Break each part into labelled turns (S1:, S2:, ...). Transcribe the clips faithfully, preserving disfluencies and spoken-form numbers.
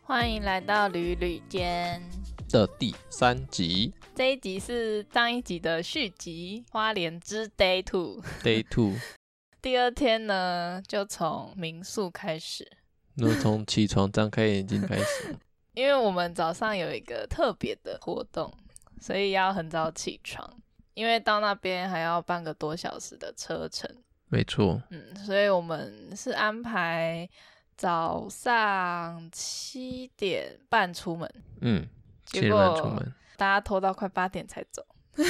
S1: 欢迎来到旅旅间
S2: 的第三集，
S1: 这一集是上一集的续集，花莲之 Day Two
S2: Day Two
S1: 第二天呢，就从民宿开始，
S2: 那从起床张开眼睛开始
S1: 因为我们早上有一个特别的活动，所以要很早起床，因为到那边还要半个多小时的车程。
S2: 没错，
S1: 嗯，所以我们是安排早上七点半出门，
S2: 嗯，七点
S1: 结果
S2: 半出门，
S1: 大家拖到快八点才走。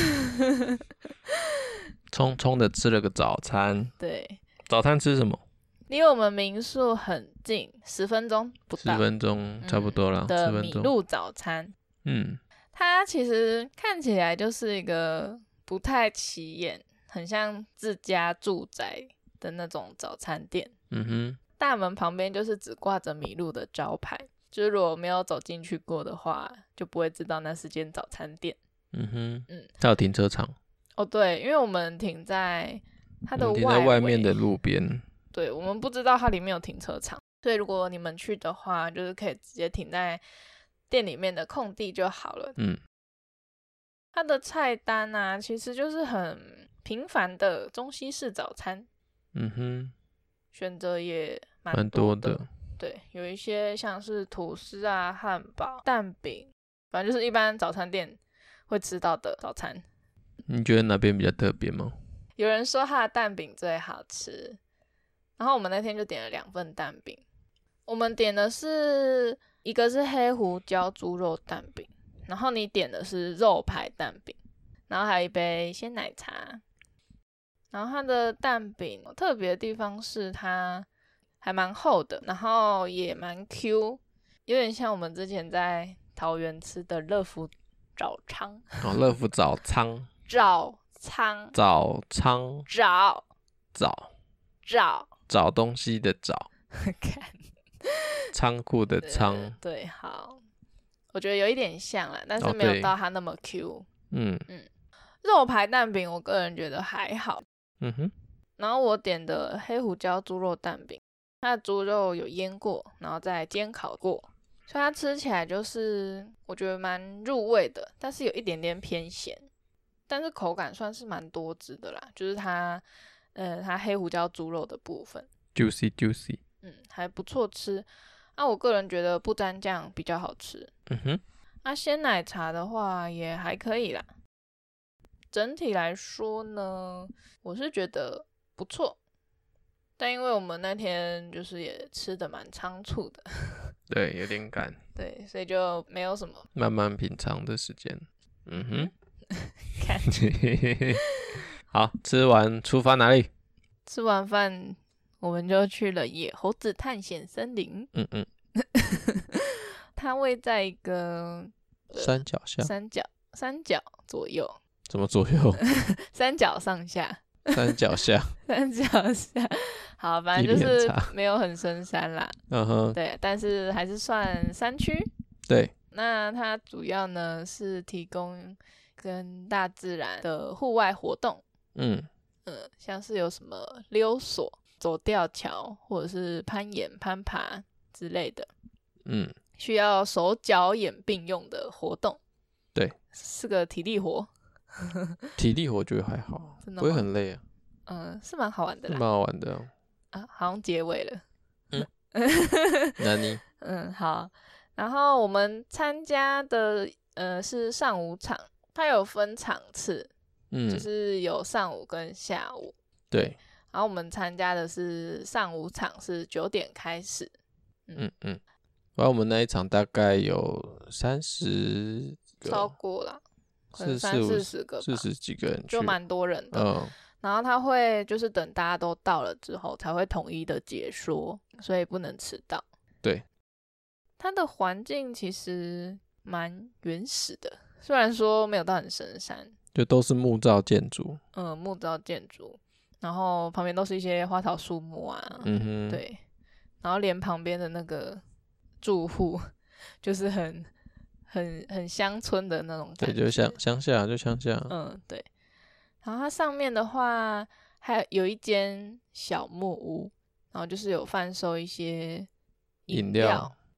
S2: 匆匆的吃了个早餐。
S1: 对，
S2: 早餐吃什么？
S1: 离我们民宿很近，十分钟不到，
S2: 十分钟差不多了，
S1: 嗯、的
S2: 十分钟。
S1: 米露早餐。
S2: 嗯，
S1: 它其实看起来就是一个不太起眼，很像自家住宅的那种早餐店。
S2: 嗯哼，
S1: 大门旁边就是只挂着米露的招牌，就是如果没有走进去过的话，就不会知道那是间早餐店。
S2: 嗯哼，
S1: 嗯，
S2: 它有停车场。
S1: 哦对，因为我们停在它的
S2: 我们停
S1: 外
S2: 在外面的路边。
S1: 对，我们不知道它里面有停车场，所以如果你们去的话，就是可以直接停在店里面的空地就好了。
S2: 嗯，
S1: 它的菜单啊，其实就是很平凡的中西式早餐。
S2: 嗯哼，
S1: 选择也蛮
S2: 蛮
S1: 多的。
S2: 多的。
S1: 对，有一些像是吐司啊、汉堡、蛋饼，反正就是一般早餐店会吃到的早餐。
S2: 你觉得哪边比较特别吗？
S1: 有人说它的蛋饼最好吃，然后我们那天就点了两份蛋饼。我们点的是一个是黑胡椒猪肉蛋饼，然后你点的是肉排蛋饼，然后还有一杯鲜奶茶。然后它的蛋饼特别的地方是它还蛮厚的，然后也蛮 Q， 有点像我们之前在桃园吃的乐福早餐。
S2: 哦，乐福早餐。
S1: 早餐。
S2: 早餐。
S1: 早。
S2: 早。
S1: 找
S2: 找东西的找。
S1: 看
S2: 仓库的仓。
S1: 呃、对，好，我觉得有一点像啦，但是
S2: 哦
S1: 没有到它那么 Q。
S2: 嗯
S1: 嗯，肉排蛋饼我个人觉得还好。
S2: 嗯哼。
S1: 然后我点的黑胡椒猪肉蛋饼，它的猪肉有腌过，然后再煎烤过，所以它吃起来就是我觉得蛮入味的，但是有一点点偏咸，但是口感算是蛮多汁的啦，就是它呃它黑胡椒猪肉的部分
S2: juicy juicy，
S1: 嗯还不错吃。那、啊、我个人觉得不沾酱比较好吃。
S2: 嗯哼。
S1: 那、啊、鲜奶茶的话也还可以啦。整体来说呢，我是觉得不错，但因为我们那天就是也吃的蛮仓促的，
S2: 对，有点赶，
S1: 对，所以就没有什么
S2: 慢慢品尝的时间。嗯哼，
S1: 看
S2: 好，吃完出发哪里？
S1: 吃完饭我们就去了野猴子探险森林。
S2: 嗯嗯，
S1: 它位在一个
S2: 山脚下，
S1: 山脚山脚左右，
S2: 怎么左右？
S1: 山脚上下。
S2: 山脚下，
S1: 山脚下，好，反正就是没有很深山啦。
S2: 嗯哼，
S1: 对，但是还是算山区。
S2: 对，
S1: 那它主要呢是提供跟大自然的户外活动。
S2: 嗯
S1: 嗯，像是有什么溜索、走吊桥，或者是攀岩、攀爬之类的。
S2: 嗯，
S1: 需要手脚眼并用的活动。
S2: 对，
S1: 是个体力活。
S2: 体力我觉得还好，
S1: 真的
S2: 不会很累啊。
S1: 嗯，是蛮好玩的啦，
S2: 蛮好玩的、哦。
S1: 啊，好像结尾了。
S2: 嗯，那你？
S1: 嗯，好。然后我们参加的呃是上午场，它有分场次，
S2: 嗯，
S1: 就是有上午跟下午。
S2: 对。
S1: 然后我们参加的是上午场，是九点开始。
S2: 嗯嗯嗯。然后我们那一场大概有三十个，
S1: 超过啦。可能三四十个吧，
S2: 四十几个人去，
S1: 就蛮多人的。嗯，然后他会就是等大家都到了之后，才会统一的解说，所以不能迟到。
S2: 对，
S1: 它的环境其实蛮原始的，虽然说没有到很深山，
S2: 就都是木造建筑。
S1: 嗯，木造建筑，然后旁边都是一些花草树木啊，
S2: 嗯哼，
S1: 对，然后连旁边的那个住户就是很。很很乡村的那种感觉，
S2: 对，就乡乡下，就乡下。
S1: 嗯，对。然后它上面的话，还有一间小木屋，然后就是有贩售一些饮料，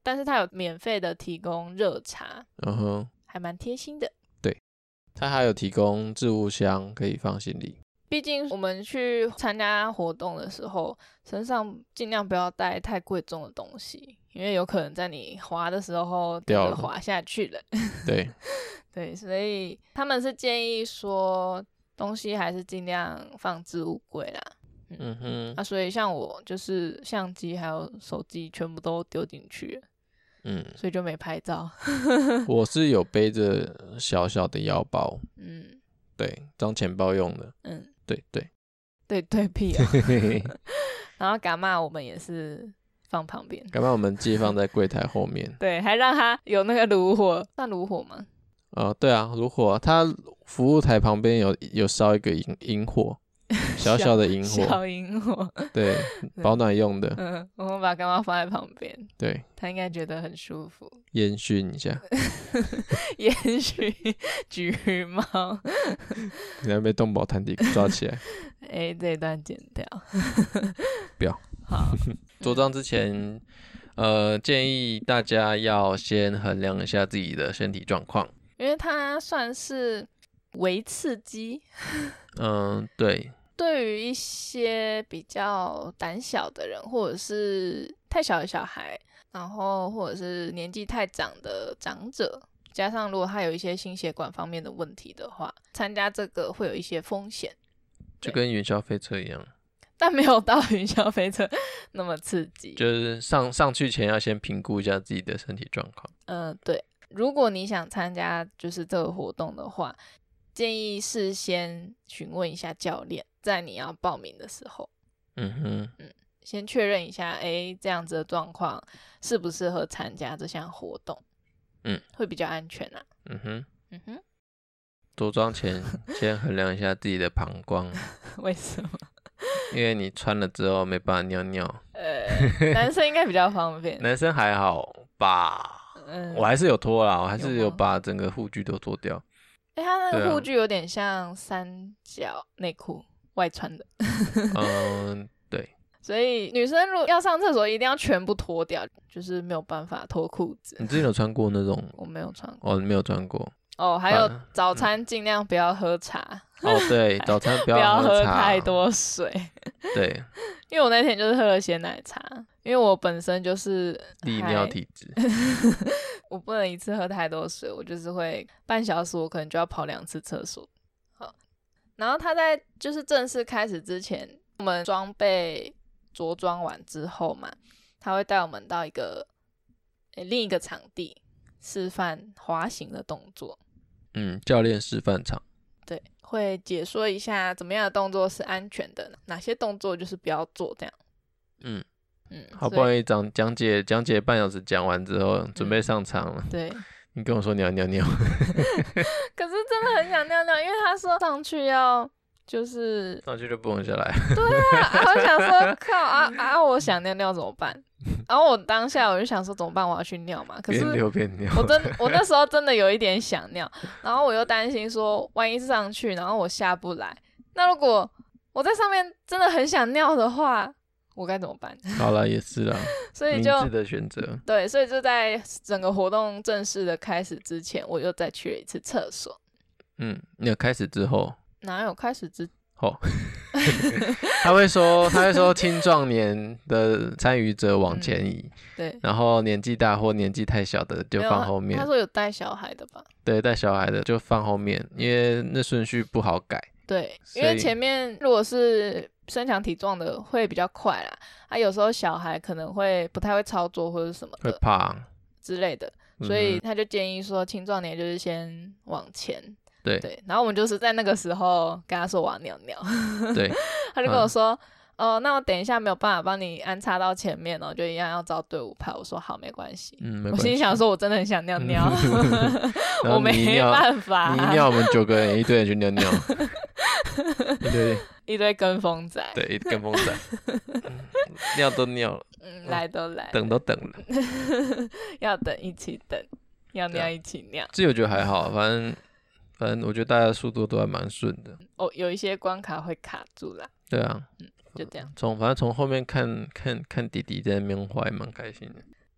S1: 但是它有免费的提供热茶，
S2: 嗯哼，
S1: 还蛮贴心的。
S2: 对，它还有提供置物箱可以放行李。
S1: 毕竟我们去参加活动的时候，身上尽量不要带太贵重的东西，因为有可能在你滑的时候
S2: 掉了
S1: 滑下去了。
S2: 对
S1: 对，所以他们是建议说东西还是尽量放置物柜啦。嗯,
S2: 嗯哼，
S1: 啊，所以像我就是相机还有手机全部都丢进去了，
S2: 嗯，
S1: 所以就没拍照。
S2: 我是有背着小小的腰包，
S1: 嗯，
S2: 对，当钱包用的。
S1: 嗯，
S2: 对对
S1: 对对屁啊！然后干嘛我们也是放旁边，
S2: 干嘛我们寄放在柜台后面？
S1: 对，还让他有那个炉火，算炉火吗？
S2: 哦、呃，对啊，如果它服务台旁边有有烧一个萤萤火，小小的萤火，
S1: 小萤火，
S2: 对，保暖用的。
S1: 嗯，我们把干妈放在旁边，
S2: 对，
S1: 他应该觉得很舒服，
S2: 烟熏一下，
S1: 烟熏橘猫，
S2: 你要被动保团体抓起来。
S1: 哎、欸，这一段剪掉，
S2: 不要。
S1: 好，
S2: 着装之前，呃，建议大家要先衡量一下自己的身体状况，
S1: 因为它算是微刺激。
S2: 嗯，对。
S1: 对于一些比较胆小的人，或者是太小的小孩，然后或者是年纪太长的长者，加上如果他有一些心血管方面的问题的话，参加这个会有一些风险，
S2: 就跟云霄飞车一样，
S1: 但没有到云霄飞车那么刺激。
S2: 就是上上去前要先评估一下自己的身体状况。
S1: 嗯、呃，对。如果你想参加就是这个活动的话，建议事先询问一下教练，在你要报名的时候，
S2: 嗯哼，
S1: 嗯，先确认一下，哎，这样子的状况适不适合参加这项活动，
S2: 嗯，
S1: 会比较安全啊。
S2: 嗯哼，
S1: 嗯哼，
S2: 着装前先衡量一下自己的膀胱，
S1: 为什么？
S2: 因为你穿了之后没办法尿尿。
S1: 呃，男生应该比较方便，
S2: 男生还好吧？
S1: 嗯，
S2: 我还是有脱啦，我还是有
S1: 有吗
S2: 把整个护具都脱掉。
S1: 哎，他那
S2: 对啊
S1: 个护具有点像三角内裤外穿的，
S2: 嗯，对，
S1: 所以女生如果要上厕所，一定要全部脱掉，就是没有办法脱裤子。
S2: 你之前有穿过那种？
S1: 我没有穿过。
S2: 哦，你没有穿过。
S1: 哦，还有
S2: 啊
S1: 早餐尽量不要喝茶，
S2: 哦，对，早餐不
S1: 不要喝
S2: 喝茶，
S1: 太多水。
S2: 对，
S1: 因为我那天就是喝了鲜奶茶，因为我本身就是
S2: 利尿体质。
S1: 我不能一次喝太多水，我就是会半小时我可能就要跑两次厕所。好，然后他在就是正式开始之前，我们装备着装完之后嘛，他会带我们到一个、欸、另一个场地示范滑行的动作。
S2: 嗯，教练示范场。
S1: 对，会解说一下怎么样的动作是安全的，哪些动作就是不要做这样。
S2: 嗯
S1: 嗯，
S2: 好不容易讲讲解讲解半小时讲完之后，准备上场了。
S1: 嗯、对，
S2: 你跟我说你要尿尿，
S1: 可是真的很想尿尿，因为他说上去要就是
S2: 上去就不能下来。
S1: 对啊，啊我想说靠啊啊，我想尿尿怎么办？然后我当下我就想说怎么办？我要去尿嘛。可是
S2: 边溜边尿。
S1: 我真我那时候真的有一点想尿，然后我又担心说万一上去然后我下不来，那如果我在上面真的很想尿的话，我该怎么办？
S2: 好了，也是啦，
S1: 所以就
S2: 明智的选择。
S1: 对，所以就在整个活动正式的开始之前，我又再去了一次厕所。
S2: 嗯，你有开始之后，
S1: 哪有开始之
S2: 后、哦，他会说，他会说青壮年的参与者往前移、
S1: 嗯，对，
S2: 然后年纪大或年纪太小的就放后面。
S1: 他说有带小孩的吧？
S2: 对，带小孩的就放后面，因为那顺序不好改。
S1: 对，因为前面如果是身强体壮的会比较快啦，啊，有时候小孩可能会不太会操作或者什么的，
S2: 会怕
S1: 之类的，所以他就建议说青壮年就是先往前。
S2: 对
S1: 对，然后我们就是在那个时候跟他说我要尿尿，
S2: 对，
S1: 他就跟我说，哦、嗯呃，那我等一下没有办法帮你安插到前面哦，就一样要照队伍排。我说好，没关系。
S2: 嗯，没关
S1: 我心里想说，我真的很想尿尿，
S2: 嗯、
S1: 我没办法。
S2: 你一尿，我们九个人一堆人去尿尿，一堆
S1: 一堆跟风仔，
S2: 对，一堆跟风仔，嗯、尿都尿了，
S1: 嗯，来都来了，
S2: 等都等了，
S1: 要等一起等，要尿一起尿。
S2: 这我觉得还好，反正。反正我觉得大家的速度都还蛮顺的。
S1: 哦，有一些关卡会卡住啦。
S2: 对啊，
S1: 嗯，就这样。
S2: 从反正从后面看看看弟弟在那边滑，还蛮开心的。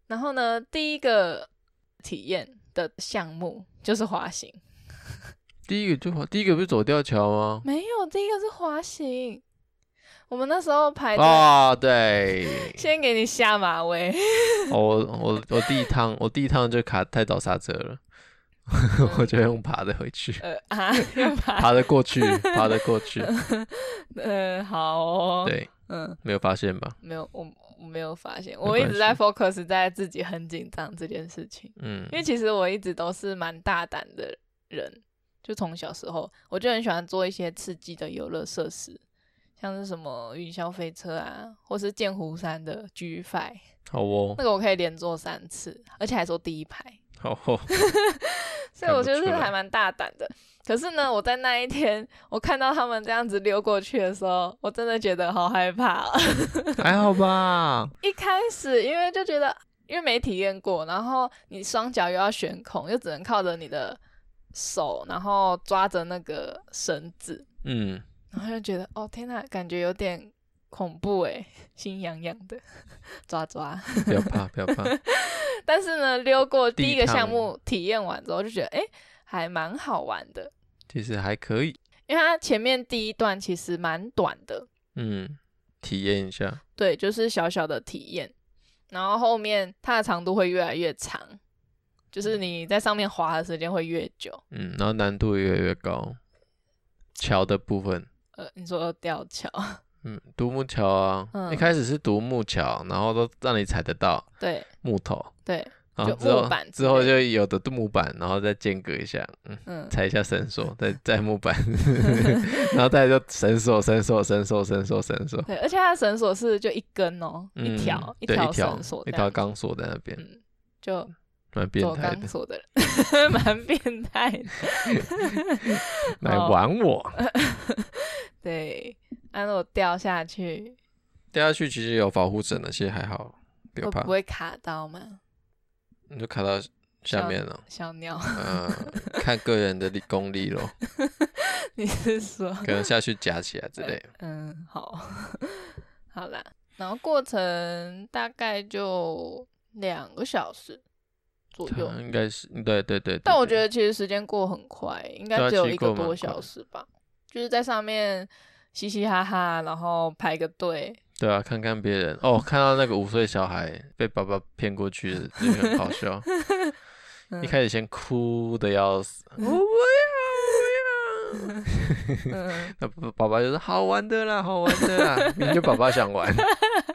S1: 然后呢，第一个体验的项目就是滑行。
S2: 第一个就滑，第一个不是走吊桥吗？
S1: 没有，第一个是滑行。我们那时候排队，
S2: 哦，对，
S1: 先给你下马威。
S2: 哦、我我我第一趟我第一趟就卡太早刹车了，嗯、我就用爬的回去。
S1: 呃啊，用爬
S2: 爬得过去，爬得过去。
S1: 呃，好哦。
S2: 对，
S1: 嗯，
S2: 没有发现吧？
S1: 没有，我我没有发现，我一直在 focus 在自己很紧张这件事情。嗯，因为其实我一直都是蛮大胆的人，就从小时候我就很喜欢做一些刺激的游乐设施，像是什么云霄飞车啊，或是剑湖山的 G 五。
S2: 好哦，
S1: 那个我可以连坐三次，而且还坐第一排。
S2: 好哦，
S1: 所以我觉得是还蛮大胆的。可是呢，我在那一天我看到他们这样子溜过去的时候，我真的觉得好害怕哦。
S2: 还好吧？
S1: 一开始因为就觉得因为没体验过，然后你双脚又要悬空，又只能靠着你的手，然后抓着那个绳子，嗯，然后就觉得哦天哪，感觉有点恐怖诶，心痒痒的，抓抓。
S2: 不要怕，不要怕。
S1: 但是呢，溜过第一个项目体验完之后，就觉得哎，还蛮好玩的。
S2: 其实还可以，
S1: 因为它前面第一段其实蛮短的，
S2: 嗯，体验一下。
S1: 对，就是小小的体验，然后后面它的长度会越来越长，就是你在上面滑的时间会越久，
S2: 嗯，然后难度越来越高。桥的部分，
S1: 呃，你说吊桥，
S2: 嗯，独木桥啊、嗯，一开始是独木桥，然后都让你踩得到，
S1: 对，
S2: 木头，
S1: 对。
S2: 然后之后之后就有的木板，然后再间隔一下，嗯，嗯踩一下绳索，再再木板，然后再就绳索、绳索、绳索、绳索、绳索。
S1: 对，而且它的绳索是就一根哦，嗯、一条一条绳索，
S2: 一条钢索在那边，
S1: 嗯，就
S2: 蛮变态的，
S1: 钢索的人，蛮变态的，
S2: 来玩我。
S1: 对，按我掉下去，
S2: 掉下去其实有保护绳的，其实还好，不要怕。
S1: 会不会卡到吗？
S2: 你就卡到下面了，
S1: 小鸟。
S2: 嗯，看个人的功力咯。
S1: 你是说？
S2: 可能下去夹起来之类的。
S1: 嗯，好，好啦。然后过程大概就两个小时左右，
S2: 应该是，对对 对, 对。
S1: 但我觉得其实时间过很快，应该只有一个多小时吧。就是在上面嘻嘻哈哈，然后排个队。
S2: 对啊，看看别人哦，看到那个五岁小孩被爸爸骗过去，就很好笑。嗯、一开始先哭的要死，我不要，我不要。嗯、那爸爸就说好玩的啦，好玩的啦，明明就爸爸想玩。啊、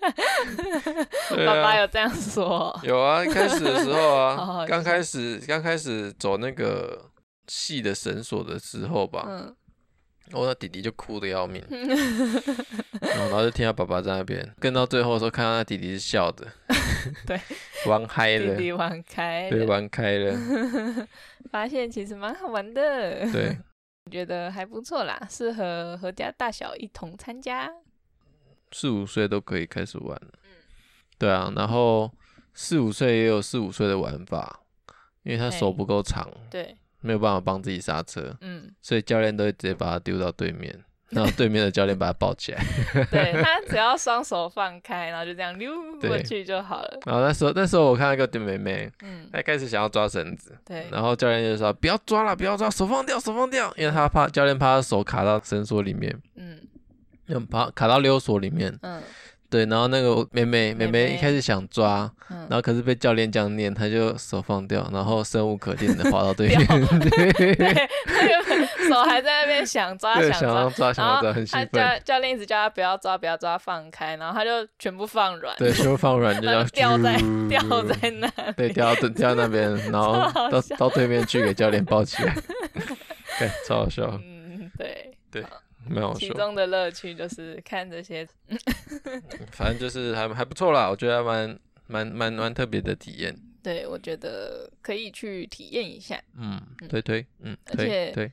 S1: 爸爸有这样说？
S2: 有啊，一开始的时候啊，刚开始刚开始走那个细的绳索的时候吧。嗯我、哦、那弟弟就哭得要命，然后就听到爸爸在那边，跟到最后的时候，看到那弟弟是笑的，
S1: 对，
S2: 玩嗨了，
S1: 弟弟玩开了，
S2: 对，玩开了，
S1: 发现其实蛮好玩的，
S2: 对，
S1: 觉得还不错啦，适合合家大小一同参加，
S2: 四五岁都可以开始玩，嗯，对啊，然后四五岁也有四五岁的玩法，因为他手不够长，
S1: 对。
S2: 没有办法帮自己刹车，嗯，所以教练都会直接把他丢到对面，然后对面的教练把他抱起来。
S1: 对他只要双手放开，然后就这样溜过去就好了。
S2: 然后那时候那时候我看到一个妹妹，嗯，她开始想要抓绳子，
S1: 对，
S2: 然后教练就说不要抓了，不要抓，手放掉，手放掉，因为他怕教练怕他手卡到绳索里面，嗯，怕卡到溜索里面，嗯。对，然后那个妹妹妹妹一开始想抓，嗯、然后可是被教练这样念，她就手放掉，然后生无可恋的滑到对面。
S1: 对，那个手还在那边想抓想
S2: 抓，想抓想抓，很兴奋。
S1: 教教练一直叫他不要抓不要抓，放开，然后他就全部放软。
S2: 对，全部放软就要
S1: 掉在掉在那。
S2: 对，掉到掉那边，然后到到对面去给教练抱起来。对，超好笑。
S1: 嗯，对
S2: 对。蛮好笑，
S1: 其中的乐趣就是看这些，
S2: 反正就是还还不错啦，我觉得还蛮蛮蛮蛮特别的体验。
S1: 对，我觉得可以去体验一下。
S2: 嗯，推推，嗯，
S1: 而且
S2: 推。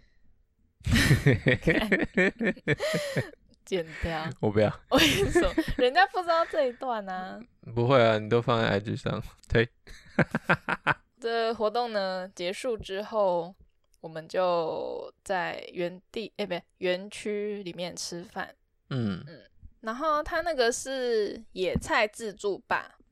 S1: 剪掉，
S2: 我不要。
S1: 我跟你说，人家不知道这一段啊。
S2: 不会啊，你都放在 I G 上推。
S1: 这活动呢结束之后。我们就在原地，哎、欸，不对，园区里面吃饭。嗯嗯，然后他那个是野菜自助吧。嗯，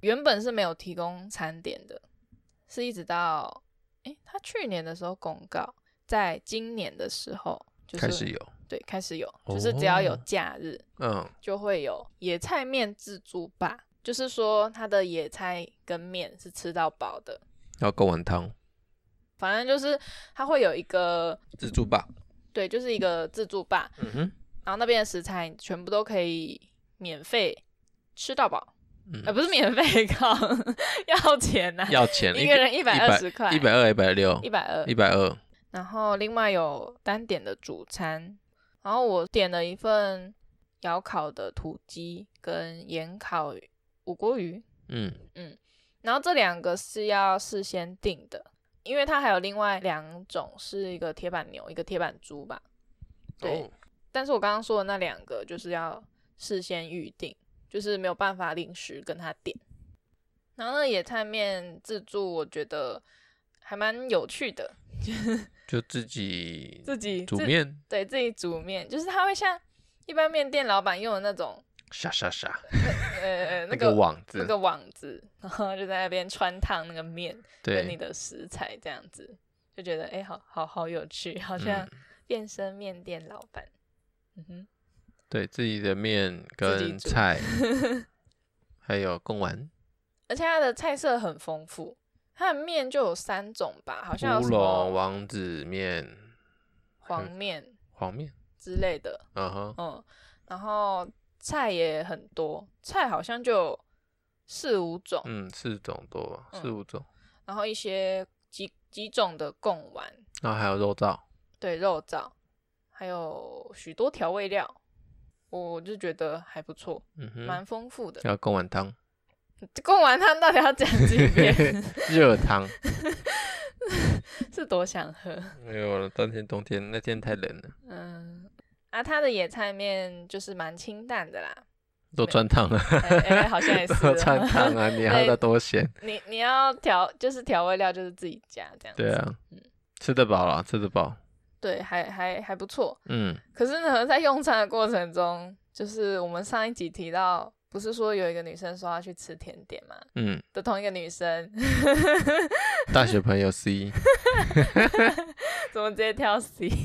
S1: 原本是没有提供餐点的，是一直到诶他去年的时候公告，在今年的时候、就是、
S2: 开始有，
S1: 对，开始有，就是只要有假日，
S2: 嗯，
S1: 就会有野菜面自助吧，就是说它的野菜跟面是吃到饱的，
S2: 要贡丸汤，
S1: 反正就是它会有一个
S2: 自助吧，
S1: 对，就是一个自助吧，
S2: 嗯哼，
S1: 然后那边的食材全部都可以免费吃到饱。
S2: 嗯
S1: 呃，不是免费靠，要钱呐、啊，
S2: 要钱，
S1: 一个人一百二十块，
S2: 一百二、一百六、
S1: 一百二、
S2: 一百二。
S1: 然后另外有单点的主餐，然后我点了一份窑烤的土鸡跟盐烤五锅鱼，
S2: 嗯
S1: 嗯，然后这两个是要事先订的，因为它还有另外两种是一个铁板牛，一个铁板猪吧，对，哦、但是我刚刚说的那两个就是要事先预定。就是没有办法临时跟他点，然后那野菜面自助我觉得还蛮有趣的，
S2: 就自己
S1: 自己
S2: 煮面，
S1: 对自己煮面，就是他会像一般面店老板用的那种
S2: 沙沙沙，
S1: 呃
S2: 那个网子，
S1: 那个网子，然后就在那边穿烫那个面跟你的食材这样子，就觉得哎、欸，好好好有趣，好像变身面店老板，嗯哼。
S2: 对自己的面跟菜还有贡丸，
S1: 而且它的菜色很丰富，它的面就有三种吧，好像有什么
S2: 乌龙、王子面、
S1: 黄面、
S2: 黄面
S1: 之类的，
S2: 嗯哼，
S1: 嗯，然后菜也很多，菜好像就有四五种，
S2: 嗯，四种多吧，四五种，
S1: 然后一些几几种的贡丸，
S2: 然后还有肉燥，
S1: 对，肉燥，还有许多调味料。我就觉得还不错，嗯哼，蛮丰富的。
S2: 要贡丸汤，
S1: 贡丸汤到底要讲几遍？
S2: 热汤
S1: 是多想喝？
S2: 没有了，当天冬天那天太冷了。
S1: 嗯，啊，它的野菜面就是蛮清淡的啦，
S2: 都穿烫了，
S1: 哎、欸欸，好像也是
S2: 都穿烫啊，你还要多咸？
S1: 你你要调就是调味料就是自己加这样子。
S2: 对啊，嗯，吃得饱啦，吃得饱。
S1: 对，还还还不错，
S2: 嗯。
S1: 可是呢，在用餐的过程中，就是我们上一集提到，不是说有一个女生说要去吃甜点嘛？嗯。的同一个女生，
S2: 大学朋友 C，
S1: 怎么直接挑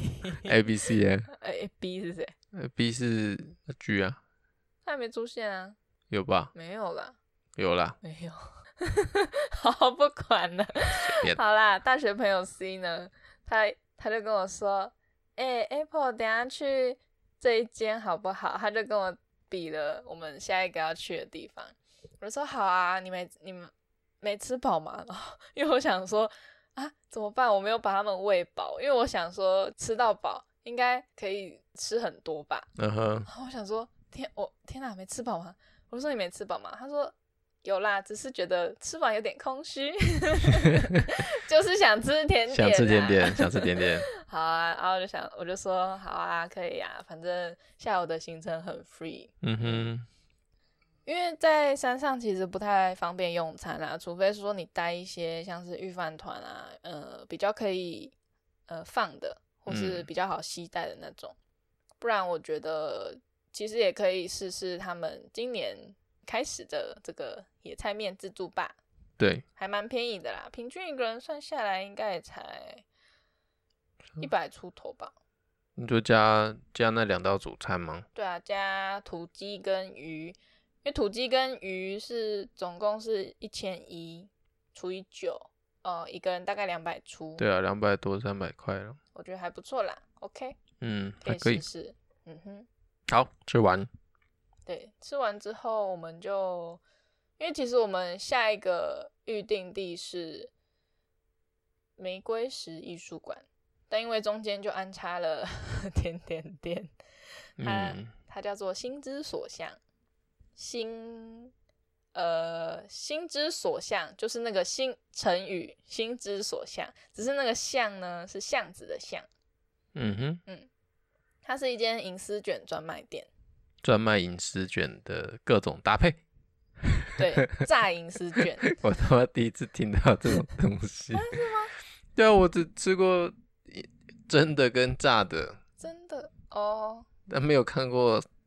S1: C？A
S2: B C 耶？
S1: 哎 ，B 是谁
S2: ？B 是 G 啊。
S1: 他还没出现啊？
S2: 有吧？
S1: 没有啦。
S2: 有啦。
S1: 没有。好，不管了。好啦，大学朋友 C 呢，他。他就跟我说：“哎、欸、，Apple， 等一下去这一间好不好？”他就跟我比了我们下一个要去的地方。我就说：“好啊，你没你们没吃饱吗？”因为我想说啊，怎么办？我没有把他们喂饱，因为我想说吃到饱应该可以吃很多吧。嗯哼。然后我想说，天，我天哪，没吃饱吗？我就说你没吃饱吗？他说。有啦，只是觉得吃完有点空虚，就是想吃甜点、啊，
S2: 想吃甜点，想吃甜点。
S1: 好啊，然后我就想，我就说好啊，可以啊，反正下午的行程很 free。嗯哼，因为在山上其实不太方便用餐啦，除非是说你带一些像是御饭团啊，呃，比较可以呃放的，或是比较好携带的那种。嗯、不然我觉得其实也可以试试他们今年开始的这个野菜面自助吧，
S2: 对，
S1: 还蛮便宜的啦，平均一个人算下来应该也才一百出头吧。
S2: 你就加加那两道主餐吗？
S1: 对啊，加土鸡跟鱼，因为土鸡跟鱼是总共是一千一除以九，呃，一个人大概两百出。
S2: 对啊，两百多三百块了，
S1: 我觉得还不错啦。OK，
S2: 嗯，
S1: 可以试试。嗯哼，
S2: 好，吃完。
S1: 对，吃完之后我们就，因为其实我们下一个预定地是玫瑰石艺术馆，但因为中间就安插了甜点店，它、嗯、它叫做心之所向，心呃心之所向就是那个心成语心之所向，只是那个巷呢是巷子的巷。嗯哼，嗯，它是一间银丝卷专卖店。
S2: 专卖银丝卷的各种搭配，
S1: 对，炸银丝卷，
S2: 我他妈第一次听到这种东西。
S1: 啊、是吗？
S2: 对啊，我只吃过真的跟炸的，
S1: 真的哦，
S2: 但没有看过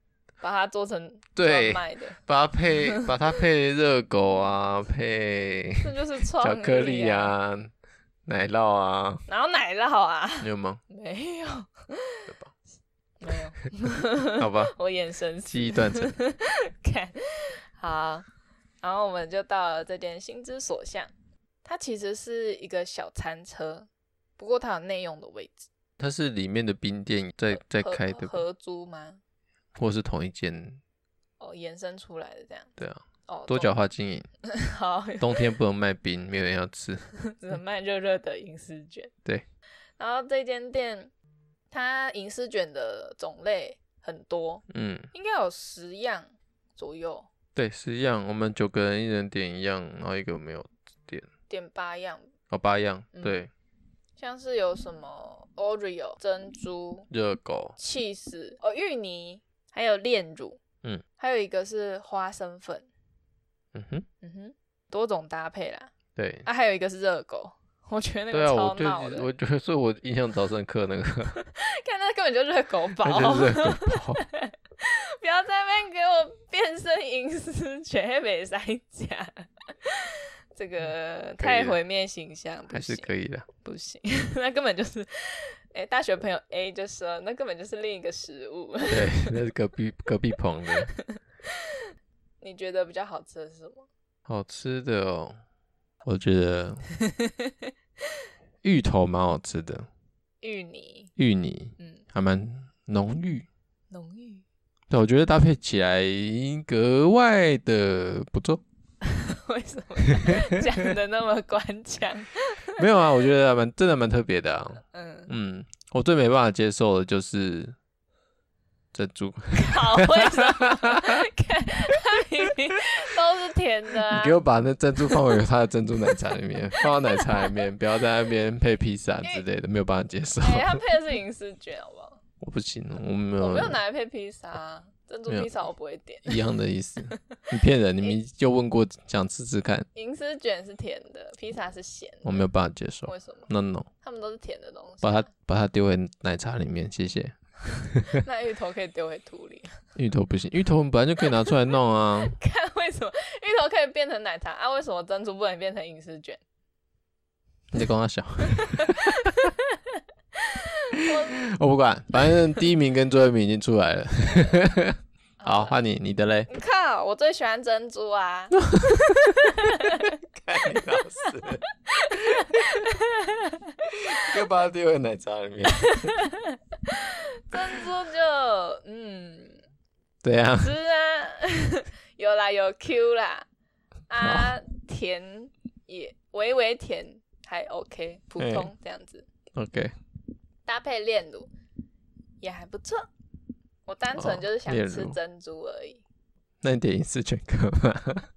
S1: 把它做成专卖的，
S2: 把它配把它配热狗啊，配
S1: 这就是创意、啊、
S2: 巧克力啊，奶酪啊，
S1: 哪有奶酪啊？
S2: 你有吗？
S1: 没有，
S2: 有吧？
S1: 没有，
S2: 好吧，
S1: 我眼神
S2: 记忆断层。
S1: 看，好，然后我们就到了这间心之所向，它其实是一个小餐车，不过它有内用的位置。
S2: 它是里面的冰店在在开的
S1: 合租吗？
S2: 或是同一间？
S1: 哦，延伸出来的这样。
S2: 对啊。
S1: 哦，
S2: 多角化经营。
S1: 好。
S2: 冬天不能卖冰，没有人要吃。
S1: 只能卖热热的银丝卷。
S2: 对。
S1: 然后这间店，它银丝卷的种类很多，嗯，应该有十样左右。
S2: 对，十样，我们九个人一人点一样，然后一个没有点。
S1: 点八样。
S2: 哦，八样，
S1: 嗯、
S2: 对。
S1: 像是有什么 Oreo 珍珠、
S2: 热狗、
S1: cheese 哦芋泥，还有炼乳，嗯，还有一个是花生粉，嗯哼，嗯哼，多种搭配啦。对，啊，还有一个是热狗，我觉得那个超闹的。
S2: 对啊，我就我觉得，所以我印象超深刻那个。
S1: 看那根本就热狗堡，
S2: 那就是热狗堡。
S1: 不要在那边给我变身银丝卷，没塞假。这个太毁灭形象，
S2: 还是可以的，
S1: 不行，那根本就是，哎、欸，大学朋友 A 就说，那根本就是另一个食物。
S2: 对，那是隔壁隔壁棚的。
S1: 你觉得比较好吃的是什么？
S2: 好吃的哦，我觉得芋头蛮好吃的，
S1: 芋泥，
S2: 芋泥，嗯，还蛮浓郁，
S1: 浓郁。
S2: 对，我觉得搭配起来格外的不错。
S1: 为什么讲的那么官腔？
S2: 没有啊，我觉得蛮真的蛮特别的啊。嗯嗯，我最没办法接受的就是珍珠。
S1: 好，为什么？看它明明都是甜的、啊。
S2: 你给我把那珍珠放回它的珍珠奶茶里面，放到奶茶里面，不要在那边配披萨之类的，没有办法接受。
S1: 哎、欸，它配的是银丝卷，好不好？
S2: 我不行，我没有。
S1: 我没有拿来配披萨。珍珠披萨我不会点，
S2: 一样的意思。你骗人，你们就问过想吃吃看。
S1: 银丝卷是甜的，披萨是咸的，
S2: 我没有办法接受。
S1: 为什么
S2: ？No No，
S1: 他们都是甜的东西、啊。
S2: 把它把它丢回奶茶里面，谢谢。
S1: 那芋头可以丢回土里。
S2: 芋头不行，芋头本来就可以拿出来弄啊。
S1: 看为什么芋头可以变成奶茶啊？为什么珍珠不能变成银丝卷？
S2: 你在跟我笑。我, 我不管，反正第一名跟最后一名已经出来了。好，换你，你的嘞？
S1: 你靠，我最喜欢珍珠啊！
S2: 看你老师，又把它丢回奶茶里面。
S1: 珍珠就嗯，
S2: 对啊，
S1: 吃啊，有啦有 Q 啦，啊甜也微微甜，还 OK， 普通这样子。
S2: OK。
S1: 搭配炼乳也还不错，我单纯就是想吃珍珠而已。哦、
S2: 那你点银丝卷可吗？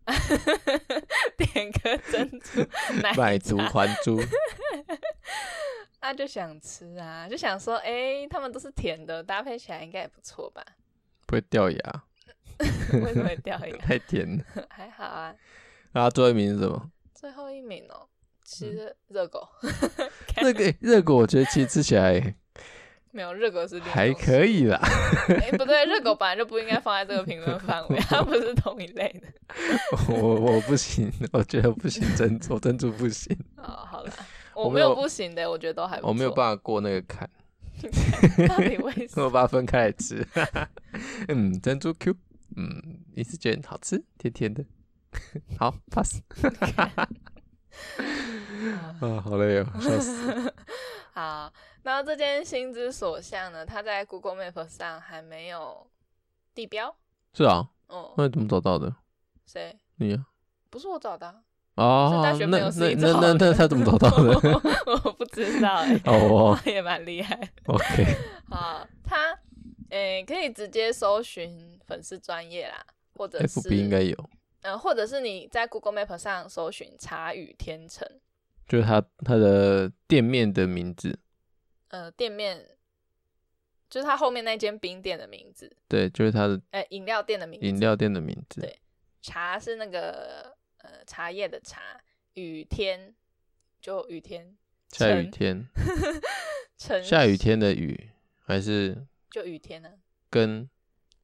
S1: 点颗珍珠奶茶，
S2: 买椟还珠。
S1: 那、啊、就想吃啊，就想说，哎、欸，他们都是甜的，搭配起来应该也不错吧？
S2: 不会掉牙？
S1: 为什么会掉牙？
S2: 太甜了。
S1: 还好啊。
S2: 啊，最后一名是什么？
S1: 最后一名哦。其实热狗，
S2: 那个热狗，我觉得其实吃起来
S1: 没有热狗是
S2: 还可以啦。
S1: 哎、欸，不对，热狗本来就不应该放在这个评论范围，它不是同一类的。
S2: 我我不行，我觉得不行，珍珠珍珠不行。
S1: 哦，好啦，我没有不行的，我觉得都还不错。
S2: 我没有办法过那个坎。
S1: 到底为什么？
S2: 我把它分开来吃。嗯，珍珠 Q， 嗯，银丝卷好吃，甜甜的。好 ，pass。啊，好累哦，笑死。
S1: 好，然后这间心之所向呢，它在 Google Map 上还没有地标。
S2: 是啊，嗯，那你怎么找到的？
S1: 谁？
S2: 你啊？
S1: 不是我找的、啊。
S2: 哦，
S1: 大学朋友
S2: 那那那那他怎么找到的？
S1: 我不知道哎、欸。
S2: 哦，
S1: 也蛮厉害。
S2: OK。
S1: 好，他诶、欸、可以直接搜寻粉丝专页啦，或者是
S2: F B 应该有。
S1: 嗯，或者是你在 Google Map 上搜寻茶语天成，
S2: 就是他他的店面的名字。
S1: 呃，店面就是他后面那间冰店的名字。
S2: 对，就是他的
S1: 呃饮料店的名字。
S2: 饮料店的名字。
S1: 对，茶是那个呃茶叶的茶，雨天就雨天。
S2: 下雨天。下雨天的雨还是
S1: 就雨天呢、啊？
S2: 跟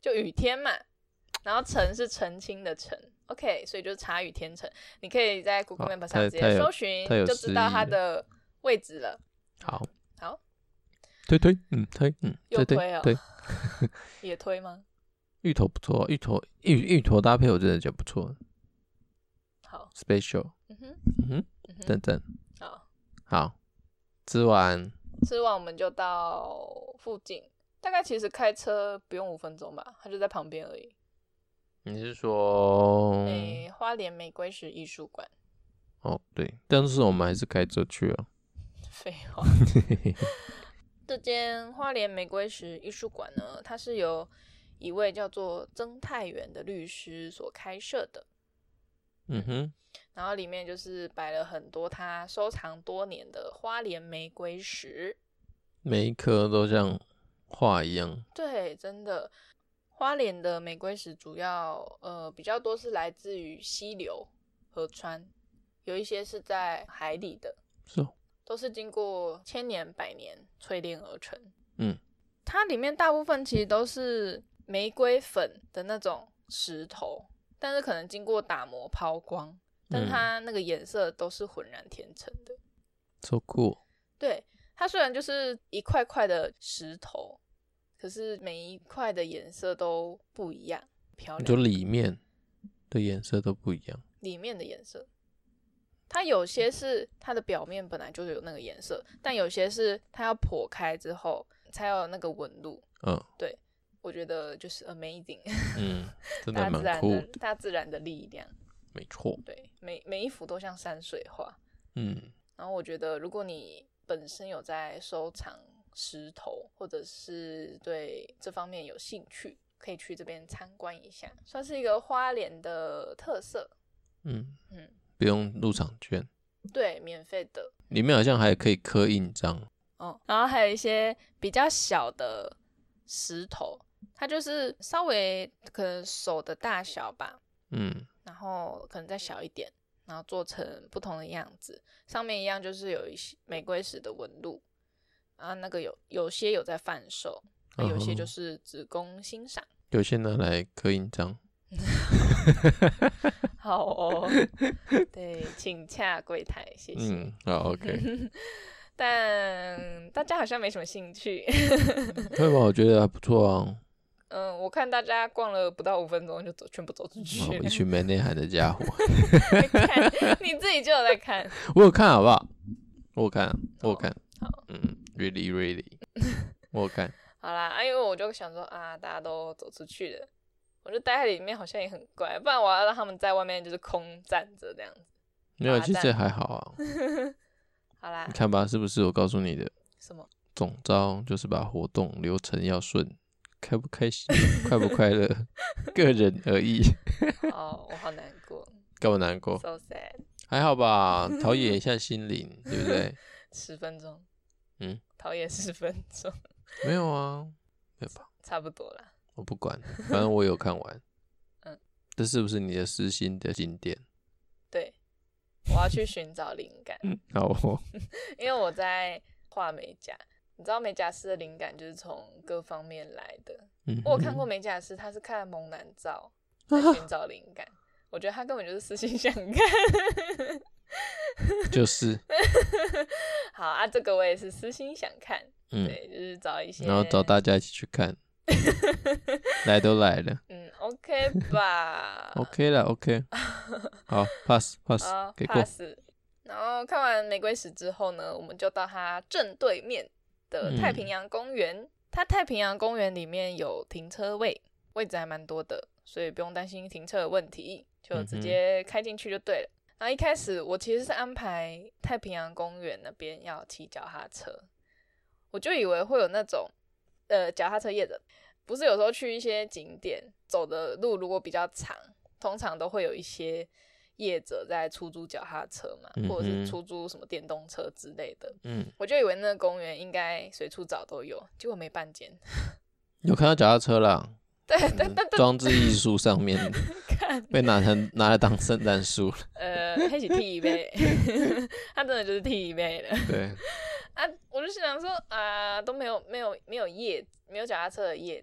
S1: 就雨天嘛。然后澄是澄清的澄 ，OK， 所以就是茶雨天澄。你可以在 Google Map 上直接搜寻，就知道它的位置了。
S2: 好，
S1: 好，
S2: 推推，嗯推，嗯
S1: 又推哦，
S2: 推
S1: 也推吗？
S2: 芋头不错，芋头芋芋头搭配我真的觉得不错。
S1: 好
S2: ，special，
S1: 嗯哼，
S2: 嗯哼，赞赞。
S1: 好，
S2: 好，吃完，
S1: 吃完我们就到附近，大概其实开车不用五分钟吧，它就在旁边而已。
S2: 你是说？
S1: 诶、欸，花莲玫瑰石艺术馆。
S2: 哦，对，但是我们还是开车去了。
S1: 废话。这间花莲玫瑰石艺术馆呢，它是由一位叫做曾泰元的律师所开设的。
S2: 嗯哼。
S1: 然后里面就是摆了很多他收藏多年的花莲玫瑰石，
S2: 每一颗都像画一样。
S1: 对，真的。花莲的玫瑰石主要呃比较多是来自于溪流、河川，有一些是在海里的，
S2: 是哦，
S1: 都是经过千年百年淬炼而成。
S2: 嗯，
S1: 它里面大部分其实都是玫瑰粉的那种石头，但是可能经过打磨抛光，但是它那个颜色都是浑然天成的。
S2: 超酷。
S1: 对，它虽然就是一块块的石头，可是每一块的颜色都不一样，漂亮。
S2: 就里面的颜色都不一样。
S1: 里面的颜色，它有些是它的表面本来就有那个颜色，但有些是它要剖开之后才有那个纹路。
S2: 嗯，
S1: 对，我觉得就是 amazing。
S2: 嗯，真的蛮酷的，
S1: 大自然的力量。
S2: 没错。
S1: 对，每每一幅都像山水画。
S2: 嗯，
S1: 然后我觉得如果你本身有在收藏石头，或者是对这方面有兴趣，可以去这边参观一下，算是一个花莲的特色。
S2: 嗯
S1: 嗯，
S2: 不用入场券。
S1: 对，免费的。
S2: 里面好像还可以刻印章。
S1: 哦，然后还有一些比较小的石头，它就是稍微可能手的大小吧。
S2: 嗯，
S1: 然后可能再小一点，然后做成不同的样子，上面一样就是有一些玫瑰石的纹路啊，那个有有些有在贩售，啊、有些就是只供欣赏，
S2: 有些拿来刻印章。
S1: 好哦，对，请洽柜台，谢谢。
S2: 嗯，好 ，OK。
S1: 但大家好像没什么兴趣。
S2: 会吧？我觉得还不错啊。
S1: 嗯，我看大家逛了不到五分钟就走，全部走出去了。
S2: 哦，一群没内涵的家伙。
S1: 看你自己就有在看。
S2: 我有看，好不好？我有看，我有看。
S1: 哦、好，
S2: 嗯 ，really really， 我有看。
S1: 好啦，啊，因为我就想说啊，大家都走出去了，我就待在里面好像也很怪，不然我要让他们在外面就是空站着这样子。
S2: 没有，其实这还好啊。
S1: 好啦，
S2: 你看吧，是不是我告诉你的？
S1: 什么？
S2: 总招就是把活动流程要顺。开不开心，快不快乐，个人而异。
S1: 哦，我好难过。
S2: 干嘛难过
S1: ？So sad。
S2: 还好吧，陶冶一下心灵，对不对？
S1: 十分钟。
S2: 嗯。
S1: 陶冶十分钟。
S2: 没有啊，没有吧？
S1: 差不多啦。
S2: 我不管，反正我有看完。
S1: 嗯。
S2: 这是不是你的私心的景点？
S1: 对，我要去寻找灵感。
S2: 嗯，好哦。
S1: 因为我在画美甲。你知道美甲师的灵感就是从各方面来的。嗯、我有看过美甲师，他是看猛男照在寻找灵感。啊、我觉得他根本就是私心想看。
S2: 就是。
S1: 好啊，这个我也是私心想看。嗯、对，就是找一些，
S2: 然后找大家一起去看。来都来了。
S1: 嗯 ，OK 吧。
S2: OK 了 ，OK。好 ，pass pass， 给过。
S1: pass。然后看完玫瑰石之后呢，我们就到它正对面的太平洋公园。嗯、它太平洋公园里面有停车位，位置还蛮多的，所以不用担心停车的问题，就直接开进去就对了。嗯、然后一开始我其实是安排太平洋公园那边要骑脚踏车，我就以为会有那种呃脚踏车业者，不是有时候去一些景点走的路如果比较长，通常都会有一些业者在出租脚踏车嘛，嗯、或者是出租什么电动车之类的。嗯，我就以为那个公园应该随处找都有，结果没半间。有
S2: 看到脚踏车啦？
S1: 对对对对，
S2: 装置艺术上面被拿成拿来当圣诞树。
S1: 呃，那是替杯，他真的就是替杯的。
S2: 对
S1: 啊，我就想说啊、呃，都没有没有没有业没有脚踏车的业者，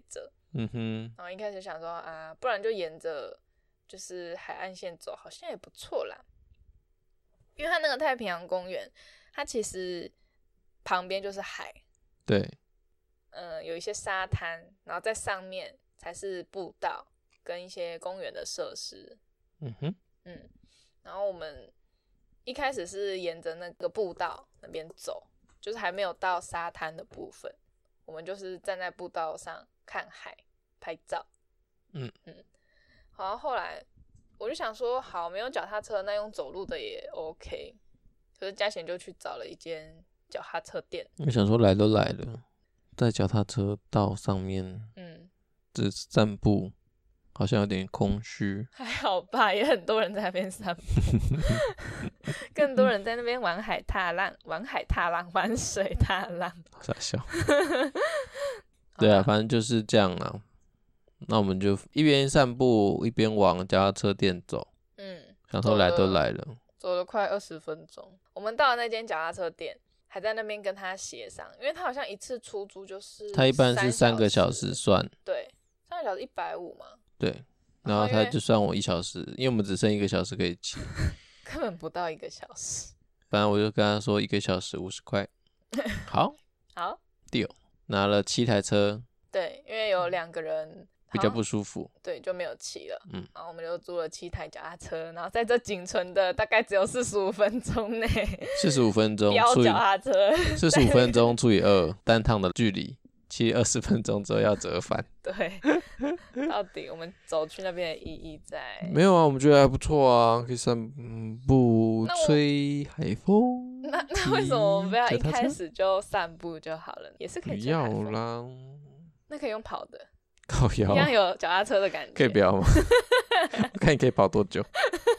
S2: 嗯哼。
S1: 然后一开始想说啊，不然就沿着就是海岸线走，好像也不错啦。因为它那个太平洋公园，它其实旁边就是海。
S2: 对。
S1: 呃，有一些沙滩，然后在上面才是步道跟一些公园的设施。
S2: 嗯哼。
S1: 嗯，然后我们一开始是沿着那个步道那边走，就是还没有到沙滩的部分，我们就是站在步道上看海拍照。
S2: 嗯
S1: 嗯，好，然后后来我就想说，好，没有脚踏车，那用走路的也 OK。可是嘉贤就去找了一间脚踏车店。
S2: 我想说，来都来了，在脚踏车道上面，嗯，只散步，好像有点空虚。
S1: 还好吧，也很多人在那边散步，更多人在那边玩海踏浪、玩海踏浪、玩水踏浪。
S2: 傻笑。对啊，反正就是这样啦。那我们就一边散步一边往脚踏车店走。嗯，想说来都来了，
S1: 走了快二十分钟。我们到了那间脚踏车店，还在那边跟他协商，因为他好像一次出租就是
S2: 他一般是三个小时算。
S1: 对，三个小时一百五嘛。
S2: 对，然后他就算我一小时，因为我们只剩一个小时可以骑，
S1: 根本不到一个小时。
S2: 反正我就跟他说一个小时五十块。好，
S1: 好
S2: ，deal， 拿了七台车。
S1: 对，因为有两个人
S2: 比较不舒服，
S1: 对，就没有骑了。嗯，然后我们就租了七台脚踏车，然后在这仅存的大概只有四十五分钟内，
S2: 四十五分钟
S1: 飙脚踏车，
S2: 四十五分钟除以二，单趟的距离。其实二十分钟之后要折返。
S1: 对，到底我们走去那边的意义在？
S2: 没有啊，我们觉得还不错啊，可以散步、吹海风。
S1: 那那为什么我们不要一开始就散步就好了？也是可以吹海风。
S2: 不要啦，
S1: 那可以用跑的，
S2: 靠腰，
S1: 一样有脚踏车的感觉。
S2: 可以不要吗？我看你可以跑多久。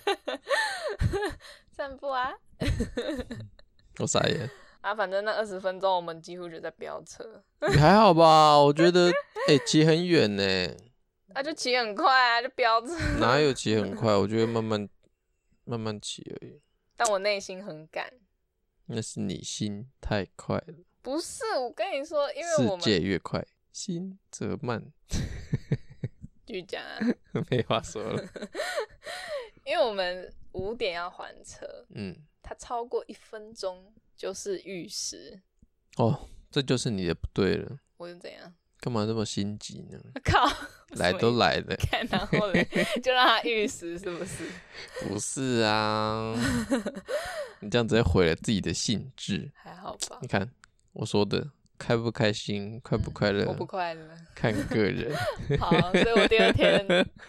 S1: 散步啊。
S2: 我傻眼。
S1: 啊，反正那二十分钟我们几乎就在飙车。
S2: 你还好吧？我觉得，哎、欸，骑很远呢。
S1: 啊，就骑很快啊，就飙车。
S2: 哪有骑很快？我觉得慢慢慢慢骑而已。
S1: 但我内心很赶。
S2: 那是你心太快了。
S1: 不是，我跟你说，因为我们
S2: 世界越快，心则慢。
S1: 继续讲啊。
S2: 没话说了。
S1: 因为我们五点要还车，嗯，它超过一分钟就是逾时。
S2: 哦，这就是你的不对了。
S1: 我是怎样？
S2: 干嘛这么心急呢？
S1: 靠，
S2: 来都来了，
S1: 看然后嘞，就让它逾时，是不是？
S2: 不是啊，你这样直接毁了自己的兴致。
S1: 还好吧？
S2: 你看我说的，开不开心，快不快乐、嗯？
S1: 我不快乐，看
S2: 个人。
S1: 好，所以我第二天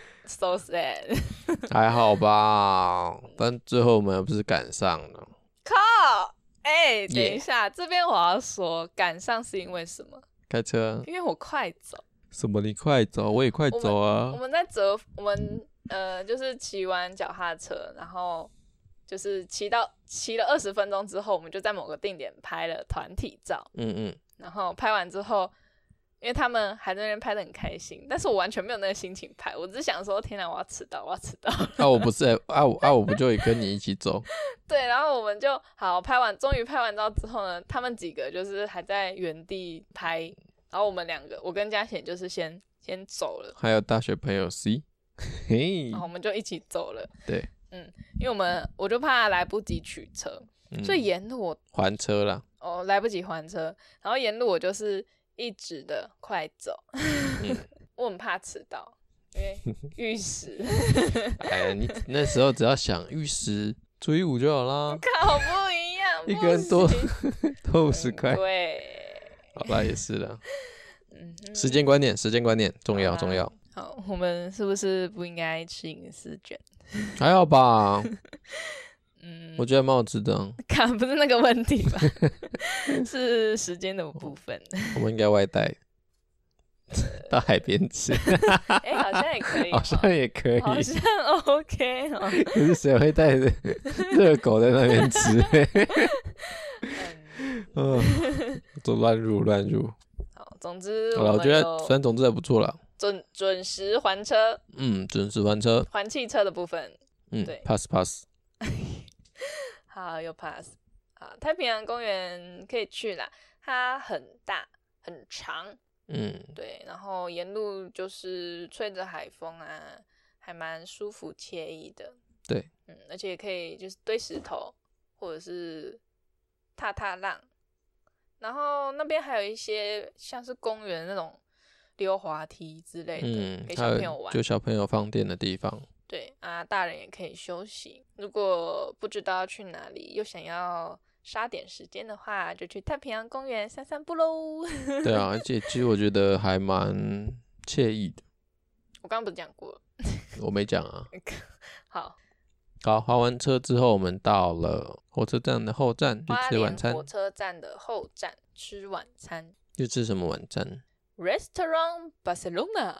S1: so sad。
S2: 还好吧，但最后我们不是赶上了。
S1: 靠！哎、欸，等一下， yeah. 这边我要说，赶上是因为什么？
S2: 开车、啊，
S1: 因为我快走。
S2: 什么？你快走，我也快走啊！
S1: 我们, 我们在折，我们呃，就是骑完脚踏车，然后就是骑到骑了二十分钟之后，我们就在某个定点拍了团体照。嗯嗯。然后拍完之后，因为他们还在那边拍得很开心，但是我完全没有那个心情拍，我只想说，天哪，我要迟到，我要迟到。
S2: 啊，我不是啊，我啊，我不就也跟你一起走？
S1: 对，然后我们就好拍完，终于拍完照之后呢，他们几个就是还在原地拍，然后我们两个，我跟嘉贤就是先先走了，
S2: 还有大学朋友 C， 嘿，
S1: 然后我们就一起走了。
S2: 对，
S1: 嗯，因为我们我就怕来不及取车，嗯、所以沿路我
S2: 还车啦。
S1: 哦，来不及还车，然后沿路我就是一直的快走，嗯、我很怕迟到，因为逾时。
S2: 哎呀，你那时候只要想逾时。除以五就好啦，
S1: 靠，不一样，
S2: 一个人多多五十块，
S1: 对，
S2: 好啦，也是啦。嗯，时间观念，时间观念重要重要。
S1: 好，我们是不是不应该吃银丝卷？
S2: 还好吧，嗯，我觉得蛮好吃的。
S1: 看，不是那个问题吧？是时间的部分。
S2: 我们应该外带。到海边吃，
S1: 哎、欸，好像也可以，
S2: 好像也可以，
S1: 好像 OK 哦。
S2: 可是谁会带着热狗在那边吃？嗯，都乱入乱入。
S1: 好，总之
S2: 好了，我觉得反正总之还不错啦。
S1: 准准时还车，
S2: 嗯，准时还车，
S1: 还汽车的部分，
S2: 嗯，对 ，pass pass。
S1: 好，又 pass。好，太平洋公园可以去啦，它很大很长。
S2: 嗯，
S1: 对，然后沿路就是吹着海风啊，还蛮舒服惬意的。
S2: 对，
S1: 嗯，而且可以就是堆石头，或者是踏踏浪。然后那边还有一些像是公园那种溜滑梯之类的，嗯、给小朋友玩，
S2: 就小朋友放电的地方。
S1: 对啊，大人也可以休息。如果不知道要去哪里，又想要杀点时间的话，就去太平洋公园散散步喽。
S2: 对啊，而且其实我觉得还蛮惬意的。
S1: 我刚刚不是讲过了？
S2: 我没讲啊。
S1: 好。
S2: 好，滑完车之后，我们到了火车站的后站去吃晚餐。
S1: 火车站的后站吃晚餐。
S2: 去吃什么晚餐
S1: ？Restaurant Barcelona。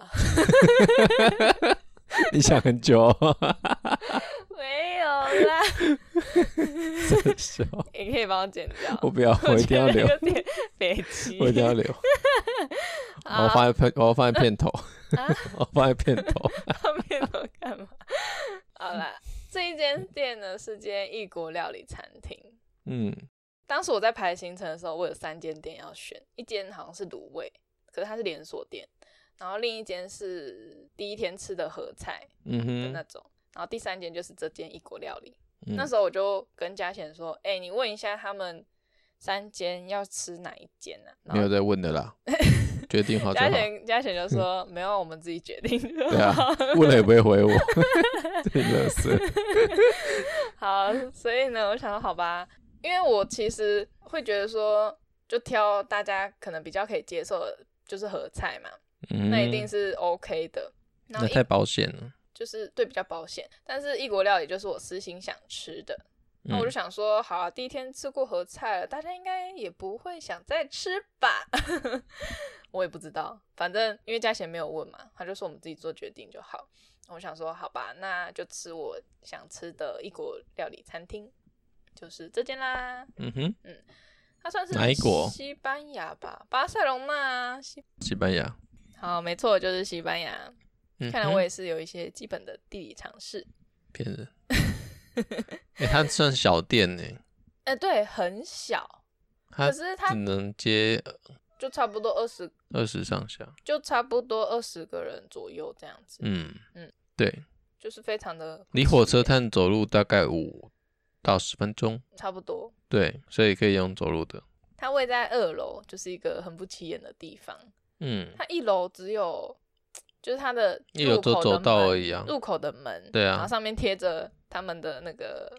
S2: 你想很久、哦。
S1: 没有啦。
S2: 真笑。
S1: 你可以帮我剪掉。
S2: 我不要，我一定要留。
S1: 有点北极。
S2: 我一定要留。我放在片，我要放在片头。啊、我放在片头。
S1: 放片头干嘛？好啦。这一间店呢是间异国料理餐厅。嗯，当时我在排行程的时候，我有三间店要选，一间好像是卤味，可是它是连锁店，然后另一间是第一天吃的合菜的那种，嗯、然后第三间就是这间异国料理。嗯、那时候我就跟嘉贤说：“哎、欸，你问一下他们三间要吃哪一间啊？”
S2: 没有在问的啦。决定好就好。
S1: 嘉贤嘉贤就说、嗯、没有，我们自己决定。
S2: 对啊，问了也不会回我。真垃圾。
S1: 好，所以呢，我想说好吧，因为我其实会觉得说，就挑大家可能比较可以接受的，就是合菜嘛，嗯、那一定是 OK 的。
S2: 那太保险了。
S1: 就是对，比较保险。但是异国料理就是我私心想吃的。那我就想说，好啊，第一天吃过合菜了，大家应该也不会想再吃吧？我也不知道，反正因为嘉贤没有问嘛，他就说我们自己做决定就好。我想说，好吧，那就吃我想吃的异国料理餐厅，就是这间啦。嗯哼，嗯，它算是哪一国？西班牙吧，巴塞隆纳。西
S2: 西班牙。
S1: 好，没错，就是西班牙。嗯、看来我也是有一些基本的地理常识。
S2: 骗人。欸、它算小店呢、欸。
S1: 哎、欸，对，很小，可是它
S2: 只能接，
S1: 就差不多二十，
S2: 二十上下，
S1: 就差不多二十个人左右这样子。嗯
S2: 嗯，对，
S1: 就是非常的
S2: 离火车站走路大概五到十分钟，
S1: 差不多。
S2: 对，所以可以用走路的。
S1: 它位在二楼，就是一个很不起眼的地方。嗯，它一楼只有，就是它的入口的门，
S2: 有走道而已啊，
S1: 入口的门，
S2: 对啊，
S1: 然后上面贴着他们的那个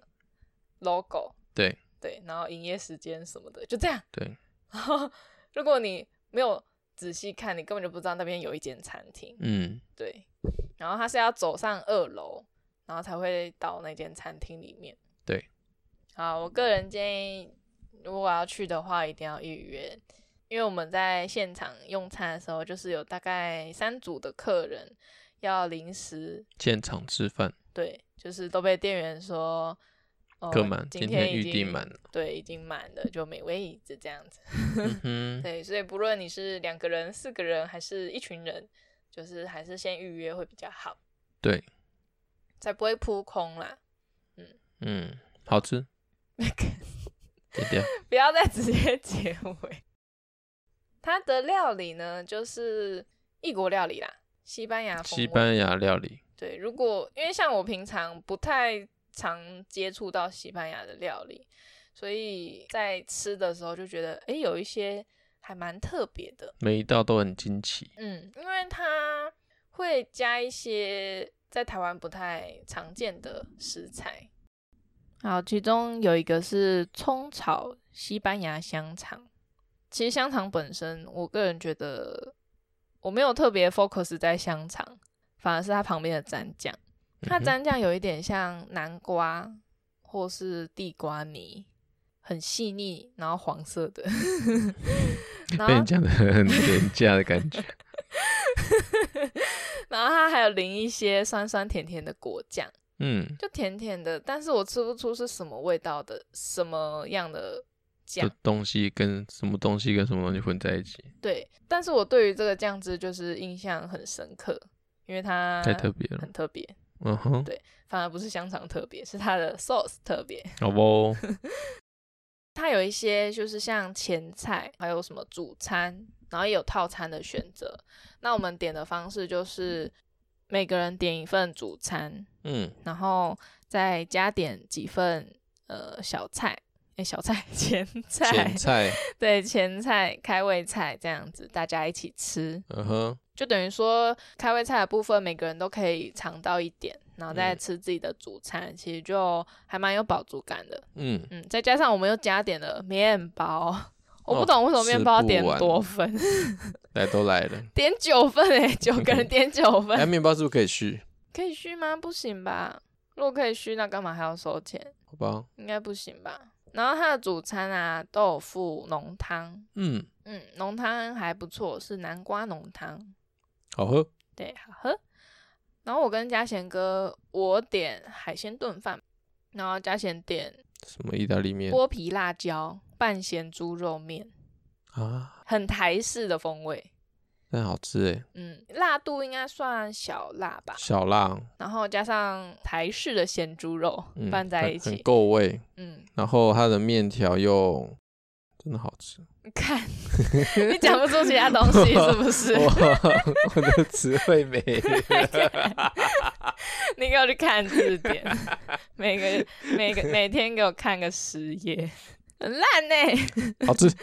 S1: logo，
S2: 对
S1: 对，然后营业时间什么的，就这样。
S2: 对，
S1: 然后如果你没有仔细看，你根本就不知道那边有一间餐厅。嗯，对。然后它是要走上二楼，然后才会到那间餐厅里面。
S2: 对。
S1: 好，我个人建议，如果要去的话，一定要预约，因为我们在现场用餐的时候，就是有大概三组的客人要临时
S2: 现场吃饭。
S1: 对，就是都被店员说。
S2: 客满、哦，
S1: 今
S2: 天预定满了，
S1: 对，已经满了，就没位置这样子。嗯、对，所以不论你是两个人、四个人，还是一群人，就是还是先预约会比较好。
S2: 对，
S1: 才不会扑空啦。嗯
S2: 嗯，好吃。点点
S1: 不要再直接结尾。它的料理呢，就是异国料理啦，西班牙风味。
S2: 西班牙料理。
S1: 对，如果因为像我平常不太常接触到西班牙的料理，所以在吃的时候就觉得哎，有一些还蛮特别的，
S2: 每一道都很惊奇。
S1: 嗯，因为它会加一些在台湾不太常见的食材。好，其中有一个是葱炒西班牙香肠。其实香肠本身我个人觉得我没有特别 focus 在香肠，反而是它旁边的蘸酱。它蘸酱有一点像南瓜或是地瓜泥，很细腻，然后黄色的。
S2: 被你讲的很廉价的感觉。
S1: 然后它还有淋一些酸酸甜甜的果酱，嗯，就甜甜的，但是我吃不出是什么味道的，什么样的酱
S2: 的东西跟什么东西跟什么东西混在一起。
S1: 对，但是我对于这个酱汁就是印象很深刻，因为它
S2: 太特别了，
S1: 很特别。
S2: 嗯哼，
S1: 对，反而不是香肠特别，是它的 sauce 特别。
S2: 好不？
S1: 它有一些就是像前菜，还有什么主餐，然后也有套餐的选择。那我们点的方式就是每个人点一份主餐，嗯，然后再加点几份呃小菜，哎，小菜前菜，
S2: 前菜，
S1: 对，前菜开胃菜这样子，大家一起吃。嗯哼，就等于说开胃菜的部分每个人都可以尝到一点，然后再吃自己的主餐，嗯、其实就还蛮有饱足感的。嗯嗯，再加上我们又加点了面包，我不懂为什么面包点多份，
S2: 来都来了，
S1: 点九份哎、欸，九个人点九份。
S2: 哎，面包是不是可以续？
S1: 可以续吗？不行吧？如果可以续，那干嘛还要收钱？
S2: 好吧，
S1: 应该不行吧。然后它的主餐啊都有附浓汤，嗯嗯，浓汤还不错，是南瓜浓汤，
S2: 好喝，
S1: 对，好喝。然后我跟嘉贤哥，我点海鲜炖饭，然后嘉贤点
S2: 什么意大利面？
S1: 剥皮辣椒拌咸猪肉面啊，很台式的风味。
S2: 但好吃哎，
S1: 嗯，辣度应该算小辣吧，
S2: 小辣，
S1: 然后加上台式的咸猪肉、嗯、拌在一起，
S2: 很够味，嗯，然后它的面条又真的好吃。
S1: 你看，你讲不出其他东西是不是？
S2: 我, 我的词汇没了，
S1: 你给我去看字典，每个每个每天给我看个十页，很烂呢、
S2: 欸，好吃。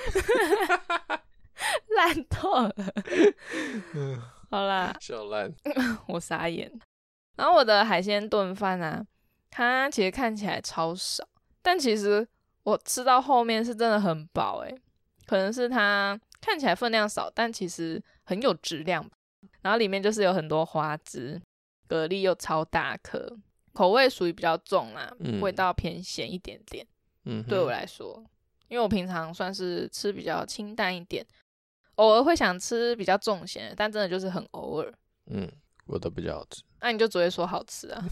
S1: 烂透了，好啦，
S2: 小烂，
S1: 我傻眼。然后我的海鲜炖饭啊，它其实看起来超少，但其实我吃到后面是真的很饱诶、欸，可能是它看起来分量少，但其实很有质量。然后里面就是有很多花枝，蛤蜊又超大颗，口味属于比较重啦，嗯、味道偏咸一点点。嗯，对我来说，因为我平常算是吃比较清淡一点。偶尔会想吃比较重咸，但真的就是很偶尔。
S2: 嗯，我都比较好吃。
S1: 那、啊、你就只会说好吃啊。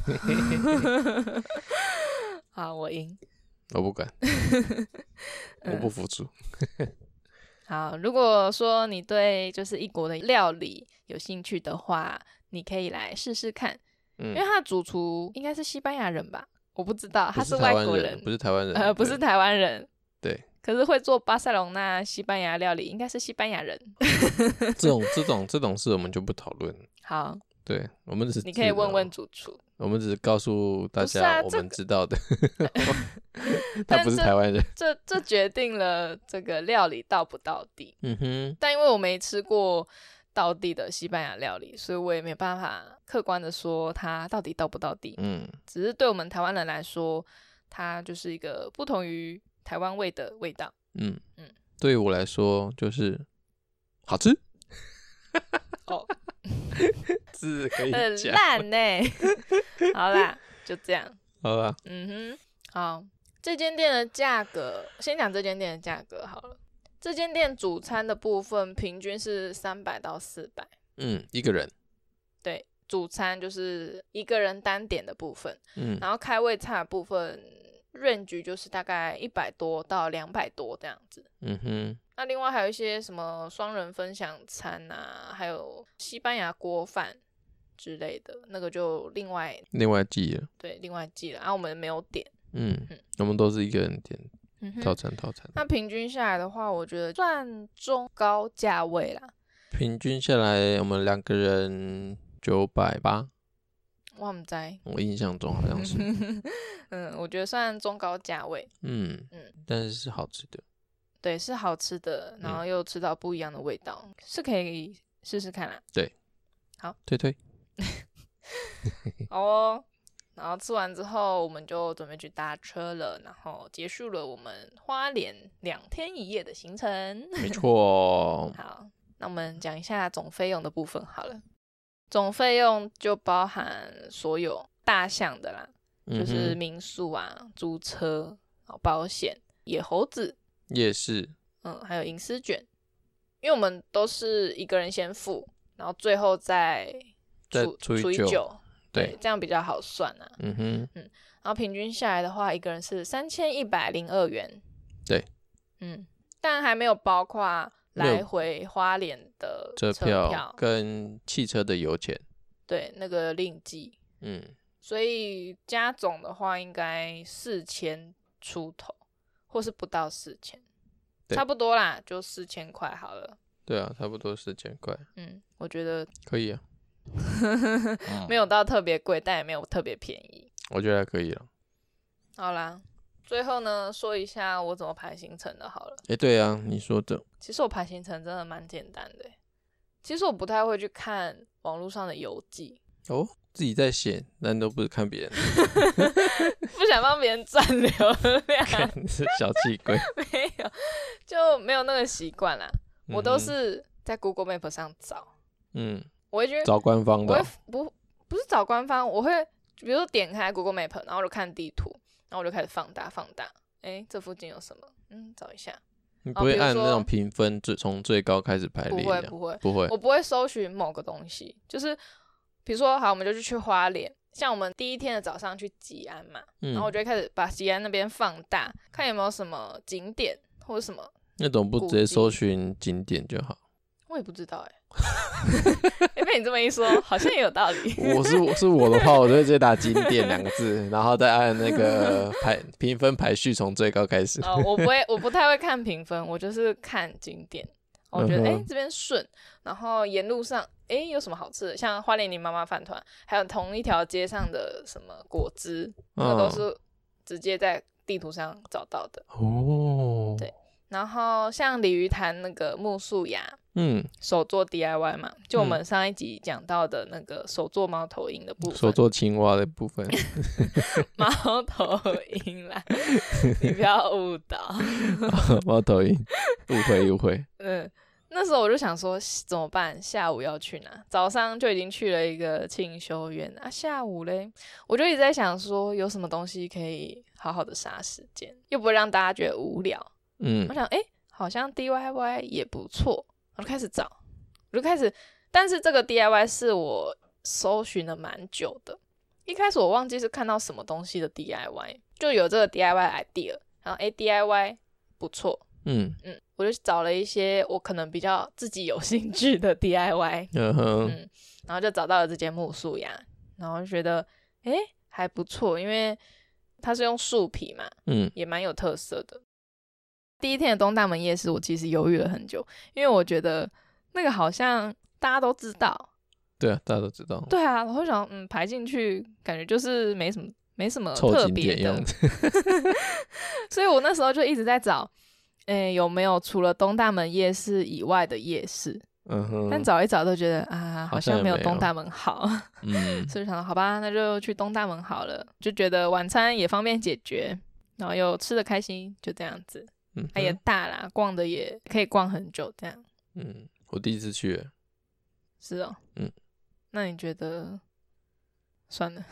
S1: 好，我赢。
S2: 我不敢，我不服输。
S1: 好，如果说你对就是异国的料理有兴趣的话，你可以来试试看。嗯、因为他的主厨应该是西班牙人吧？我不知道，他是外国人，
S2: 不是台湾人，
S1: 呃，不是台湾人。
S2: 对。
S1: 可是会做巴塞隆纳西班牙料理，应该是西班牙人。
S2: 这种这种这种事我们就不讨论。
S1: 好，
S2: 对，我们只是
S1: 你可以问问主厨。
S2: 我们只是告诉大家我们知道的。他不是台湾人。
S1: 这这, 这决定了这个料理到不到地。嗯哼。但因为我没吃过道地的西班牙料理，所以我也没办法客观的说它到底到不到地。嗯。只是对我们台湾人来说，它就是一个不同于台湾味的味道。嗯
S2: 嗯，对于我来说就是好吃。
S1: 哦，
S2: 字可以
S1: 讲很烂呢、欸。好啦，就这样。
S2: 好啦。
S1: 嗯哼，好。这间店的价格，先讲这间店的价格好了。这间店主餐的部分平均是三百到四百。
S2: 嗯，一个人。
S1: 对，主餐就是一个人单点的部分。嗯，然后开胃菜的部分。range 就是大概一百多到两百多这样子。嗯哼。那另外还有一些什么双人分享餐啊，还有西班牙锅饭之类的，那个就另外
S2: 另外记了。
S1: 对，另外记了。啊，我们没有点。
S2: 嗯, 嗯我们都是一个人点、嗯、套餐套餐。
S1: 那平均下来的话，我觉得算中高价位啦。
S2: 平均下来，我们两个人九百八。
S1: 我不知道，
S2: 我印象中好像是。
S1: 嗯，我觉得算中高价位。嗯
S2: 嗯，但是是好吃的。
S1: 对，是好吃的，然后又吃到不一样的味道，嗯、是可以试试看啦。
S2: 对，
S1: 好，
S2: 推推。
S1: 好哦，然后吃完之后，我们就准备去搭车了，然后结束了我们花莲两天一夜的行程。
S2: 没错。
S1: 好，那我们讲一下总费用的部分好了。总费用就包含所有大项的啦，嗯、就是民宿啊、租车、保险、野猴子、
S2: 夜市，
S1: 嗯，还有银丝卷。因为我们都是一个人先付，然后最后再除除以九，对，这样比较好算啊。嗯哼，嗯，然后平均下来的话，一个人是三千一百零二元。
S2: 对，
S1: 嗯，但还没有包括来回花莲的车票,
S2: 票跟汽车的油钱，
S1: 对，那个另计。嗯，所以加总的话应该四千出头， 或是不到四千，差不多啦，就四千块好了。
S2: 对啊，差不多四千块。
S1: 嗯，我觉得
S2: 可以啊，
S1: 没有到特别贵，但也没有特别便宜。
S2: 我觉得还可以了。
S1: 好啦，最后呢，说一下我怎么排行程的好了。
S2: 哎、欸，对啊，你说的。
S1: 其实我排行程真的蛮简单的。其实我不太会去看网络上的游记。
S2: 哦，自己在写，但都不是看别人。
S1: 不想帮别人赚流量。
S2: 是小气鬼。
S1: 没有，就没有那个习惯啦。我都是在 Google Map 上找。嗯，我会去
S2: 找官方的、哦。
S1: 我会不不是找官方，我会比如说点开 Google Map， 然后就看地图，然后我就开始放大放大。哎，这附近有什么？嗯，找一下。
S2: 你不会按那种评分，从最高开始排列？
S1: 不会，不会，
S2: 不会。
S1: 我不会搜寻某个东西，就是比如说，好，我们就去花莲。像我们第一天的早上去吉安嘛，嗯、然后我就会开始把吉安那边放大，看有没有什么景点或者什么。
S2: 那种不直接搜寻景点就好？
S1: 我也不知道哎、欸。欸、被你这么一说，好像也有道理。
S2: 我是是我的话，我就会直接打景点两个字，然后再按那个排评分排序，从最高开始。
S1: 哦，我不会，我不太会看评分，我就是看景点。我觉得哎、嗯欸、这边顺，然后沿路上哎、欸、有什么好吃的，像花莲林妈妈饭团，还有同一条街上的什么果汁，那个都是直接在地图上找到的。哦，对。然后像鲤鱼潭那个木树芽，嗯，手做 D I Y 嘛，就我们上一集讲到的那个手做猫头鹰的部分，
S2: 手做青蛙的部分，
S1: 猫头鹰啦，你不要误导，
S2: 猫头鹰，误会误会。
S1: 嗯，那时候我就想说怎么办？下午要去哪？早上就已经去了一个庆修院啊，下午嘞，我就一直在想说有什么东西可以好好的杀时间，又不会让大家觉得无聊。嗯，我想，哎、欸，好像 D I Y 也不错，我就开始找，我就开始，但是这个 D I Y 是我搜寻了蛮久的。一开始我忘记是看到什么东西的 D I Y， 就有这个 D I Y idea， 然后哎、欸、，D I Y 不错，嗯嗯，我就找了一些我可能比较自己有兴趣的 D I Y， uh huh. 嗯，然后就找到了这间木树芽，然后就觉得，哎、欸，还不错，因为它是用树皮嘛，嗯，也蛮有特色的。第一天的东大门夜市，我其实犹豫了很久，因为我觉得那个好像大家都知道。
S2: 对啊，大家都知道。
S1: 对啊，然后想，嗯，排进去感觉就是没什么，没什么特别的样子。所以我那时候就一直在找，诶，有没有除了东大门夜市以外的夜市？嗯哼。但找一找都觉得啊，好像没有东大门好。嗯。所以想，好吧，那就去东大门好了。就觉得晚餐也方便解决，然后又吃得开心，就这样子。嗯，它也大啦，逛的也可以逛很久，这样。
S2: 嗯，我第一次去。
S1: 是哦。嗯，那你觉得？算了。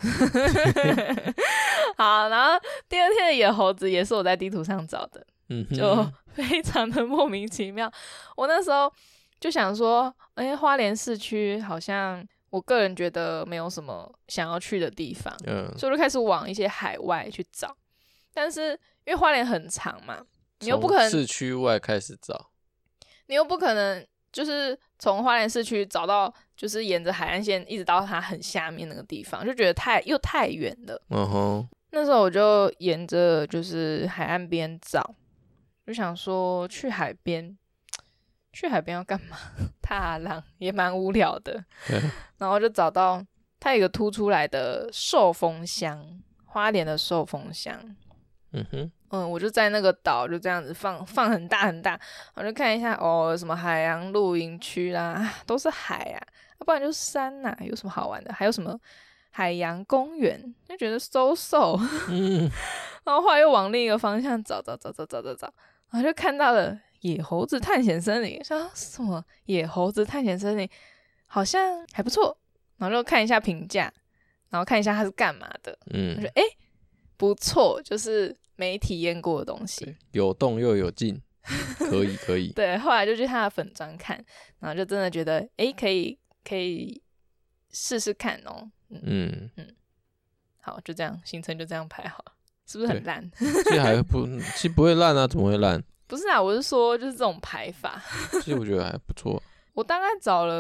S1: 好，然后第二天的野猴子也是我在地图上找的，嗯，就非常的莫名其妙。我那时候就想说，哎、欸，花莲市区好像我个人觉得没有什么想要去的地方，嗯，所以我就开始往一些海外去找，但是因为花莲很长嘛。你又不可能
S2: 市区外开始找，
S1: 你又不可能就是从花莲市区找到，就是沿着海岸线一直到它很下面那个地方，就觉得太又太远了。嗯哼，那时候我就沿着就是海岸边找，就想说去海边，去海边要干嘛？踏浪也蛮无聊的。然后就找到它有一个凸出来的寿丰乡，花莲的寿丰乡。嗯哼。嗯，我就在那个岛就这样子放放很大很大，我就看一下哦，什么海洋露营区啦，都是海啊，要不然就是山呐、啊，有什么好玩的？还有什么海洋公园？就觉得 so so， 嗯，然后后来又往另一个方向找找找找找找找，然后就看到了野猴子探险森林，说什么野猴子探险森林好像还不错，然后就看一下评价，然后看一下它是干嘛的，嗯，我觉得哎不错，就是没体验过的东西，
S2: 有动又有劲，可以可以。
S1: 对，后来就去他的粉专看，然后就真的觉得，哎，可以可以试试看哦。嗯 嗯, 嗯，好，就这样，行程就这样排好了，是不是很烂？
S2: 其实还不，其实不会烂啊，怎么会烂？
S1: 不是啊，我是说就是这种排法。
S2: 其实我觉得还不错。
S1: 我大概找了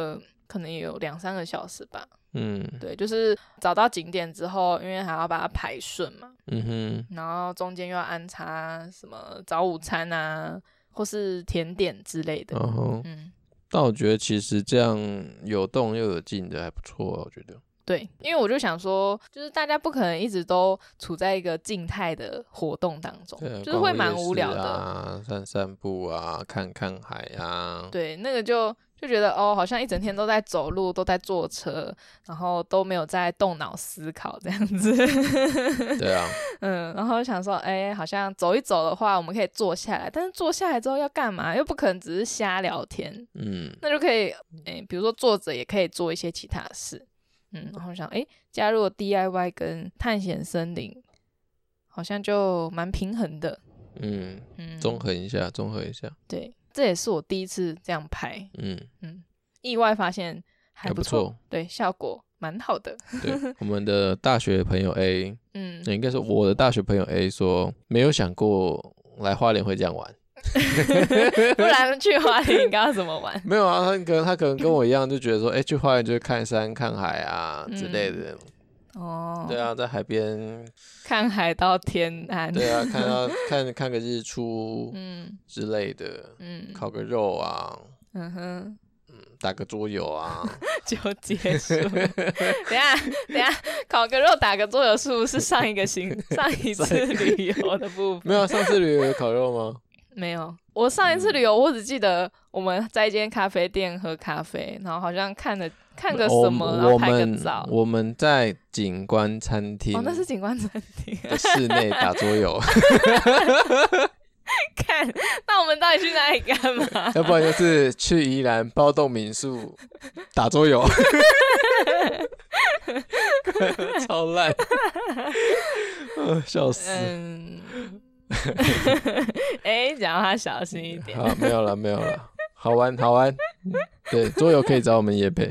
S1: 可能也有两三个小时吧。
S2: 嗯，
S1: 对，就是找到景点之后，因为还要把它排顺嘛，
S2: 嗯哼，
S1: 然后中间又要安插什么早午餐啊，或是甜点之类的。
S2: 嗯哼，
S1: 嗯，
S2: 但我觉得其实这样有动又有静的还不错、啊，我觉得。
S1: 对，因为我就想说，就是大家不可能一直都处在一个静态的活动当中，
S2: 啊、
S1: 就是会蛮无聊的
S2: 啊，散散步啊，看看海啊。
S1: 对，那个就就觉得哦，好像一整天都在走路，都在坐车，然后都没有在动脑思考这样子。
S2: 对啊，
S1: 嗯，然后想说，哎，好像走一走的话，我们可以坐下来，但是坐下来之后要干嘛？又不可能只是瞎聊天。嗯，那就可以，哎，比如说坐着也可以做一些其他事。嗯，然后想，哎，加入 D I Y 跟探险森林，好像就蛮平衡的。
S2: 嗯嗯，综合一下，综合一下。
S1: 对，这也是我第一次这样拍。嗯嗯，意外发现还不错，对，效果蛮好的。
S2: 对，我们的大学朋友 A， 嗯，应该说我的大学朋友 A 说，没有想过来花莲会这样玩。
S1: 不然去花莲应该要怎么玩？
S2: 没有啊，他可能他可能跟我一样，就觉得说，哎、欸，去花莲就是看山看海啊之类的。嗯、哦，对啊，在海边
S1: 看海到天安。
S2: 对啊，看到看看个日出，嗯之类的，嗯，烤个肉啊，嗯哼，嗯，打个桌游啊，
S1: 就结束。等一下等一下，烤个肉打个桌游是不是上一个行上一次旅游的部分？
S2: 没有，上次旅游有烤肉吗？
S1: 没有，我上一次旅游，我只记得我们在一间咖啡店喝咖啡，然后好像看了看个什么，然后拍个照。
S2: 我们在景观餐厅，
S1: 哦，那是景观餐厅，
S2: 在室内打桌游。
S1: 看，那我们到底去哪里干嘛？
S2: 要不然就是去宜兰包栋民宿打桌游，超烂，呃，笑死。嗯
S1: 哎、欸，讲他小心一点。
S2: 好，没有了，没有了，好玩，好玩。对，桌游可以找我们业配。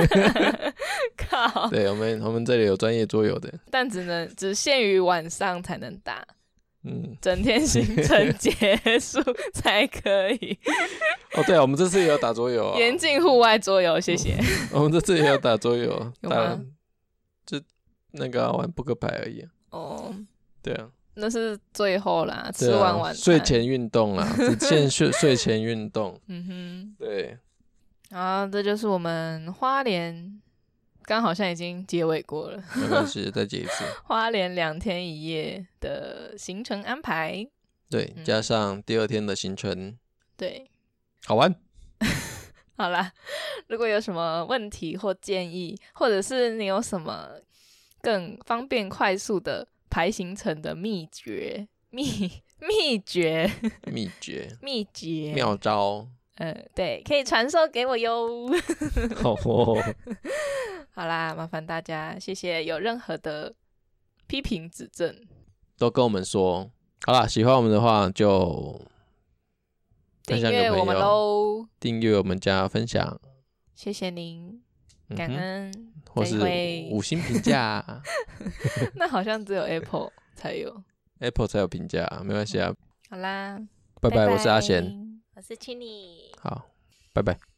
S1: 靠！
S2: 对，我们我们这里有专业桌游的，
S1: 但只能只限于晚上才能打。嗯，整天行程结束才可以。
S2: 哦，对啊，我们这次也有打桌游啊。
S1: 严禁户外桌游，谢谢。
S2: 我们这次也有打桌游，
S1: 有吗？
S2: 就那个、啊、玩扑克牌而已、啊。哦，对啊。
S1: 那是最后啦，吃完晚餐、啊、
S2: 睡前运动啦，只限睡睡前运动。嗯哼，对。
S1: 好，这就是我们花莲，刚好像已经结尾过了，
S2: 没关系，再结一次。
S1: 花莲两天一夜的行程安排，
S2: 对，嗯、加上第二天的行程，
S1: 对，
S2: 好玩。
S1: 好啦，如果有什么问题或建议，或者是你有什么更方便快速的排行程的秘诀、秘秘诀、
S2: 秘诀、
S1: 秘诀、
S2: 妙招，
S1: 呃，对，可以传授给我哟。
S2: 好哦。
S1: 好啦，麻烦大家，谢谢。有任何的批评指正，
S2: 都跟我们说。好啦，喜欢我们的话就
S1: 订阅我们喽，
S2: 订阅我们加分享，
S1: 谢谢您，感恩。嗯、
S2: 或是五星评价，
S1: 那好像只有 Apple 才有
S2: ，Apple 才有评价，没关系啊。
S1: 好啦，
S2: 拜拜，我是阿贤，
S1: 我是Chini，
S2: 好，拜拜。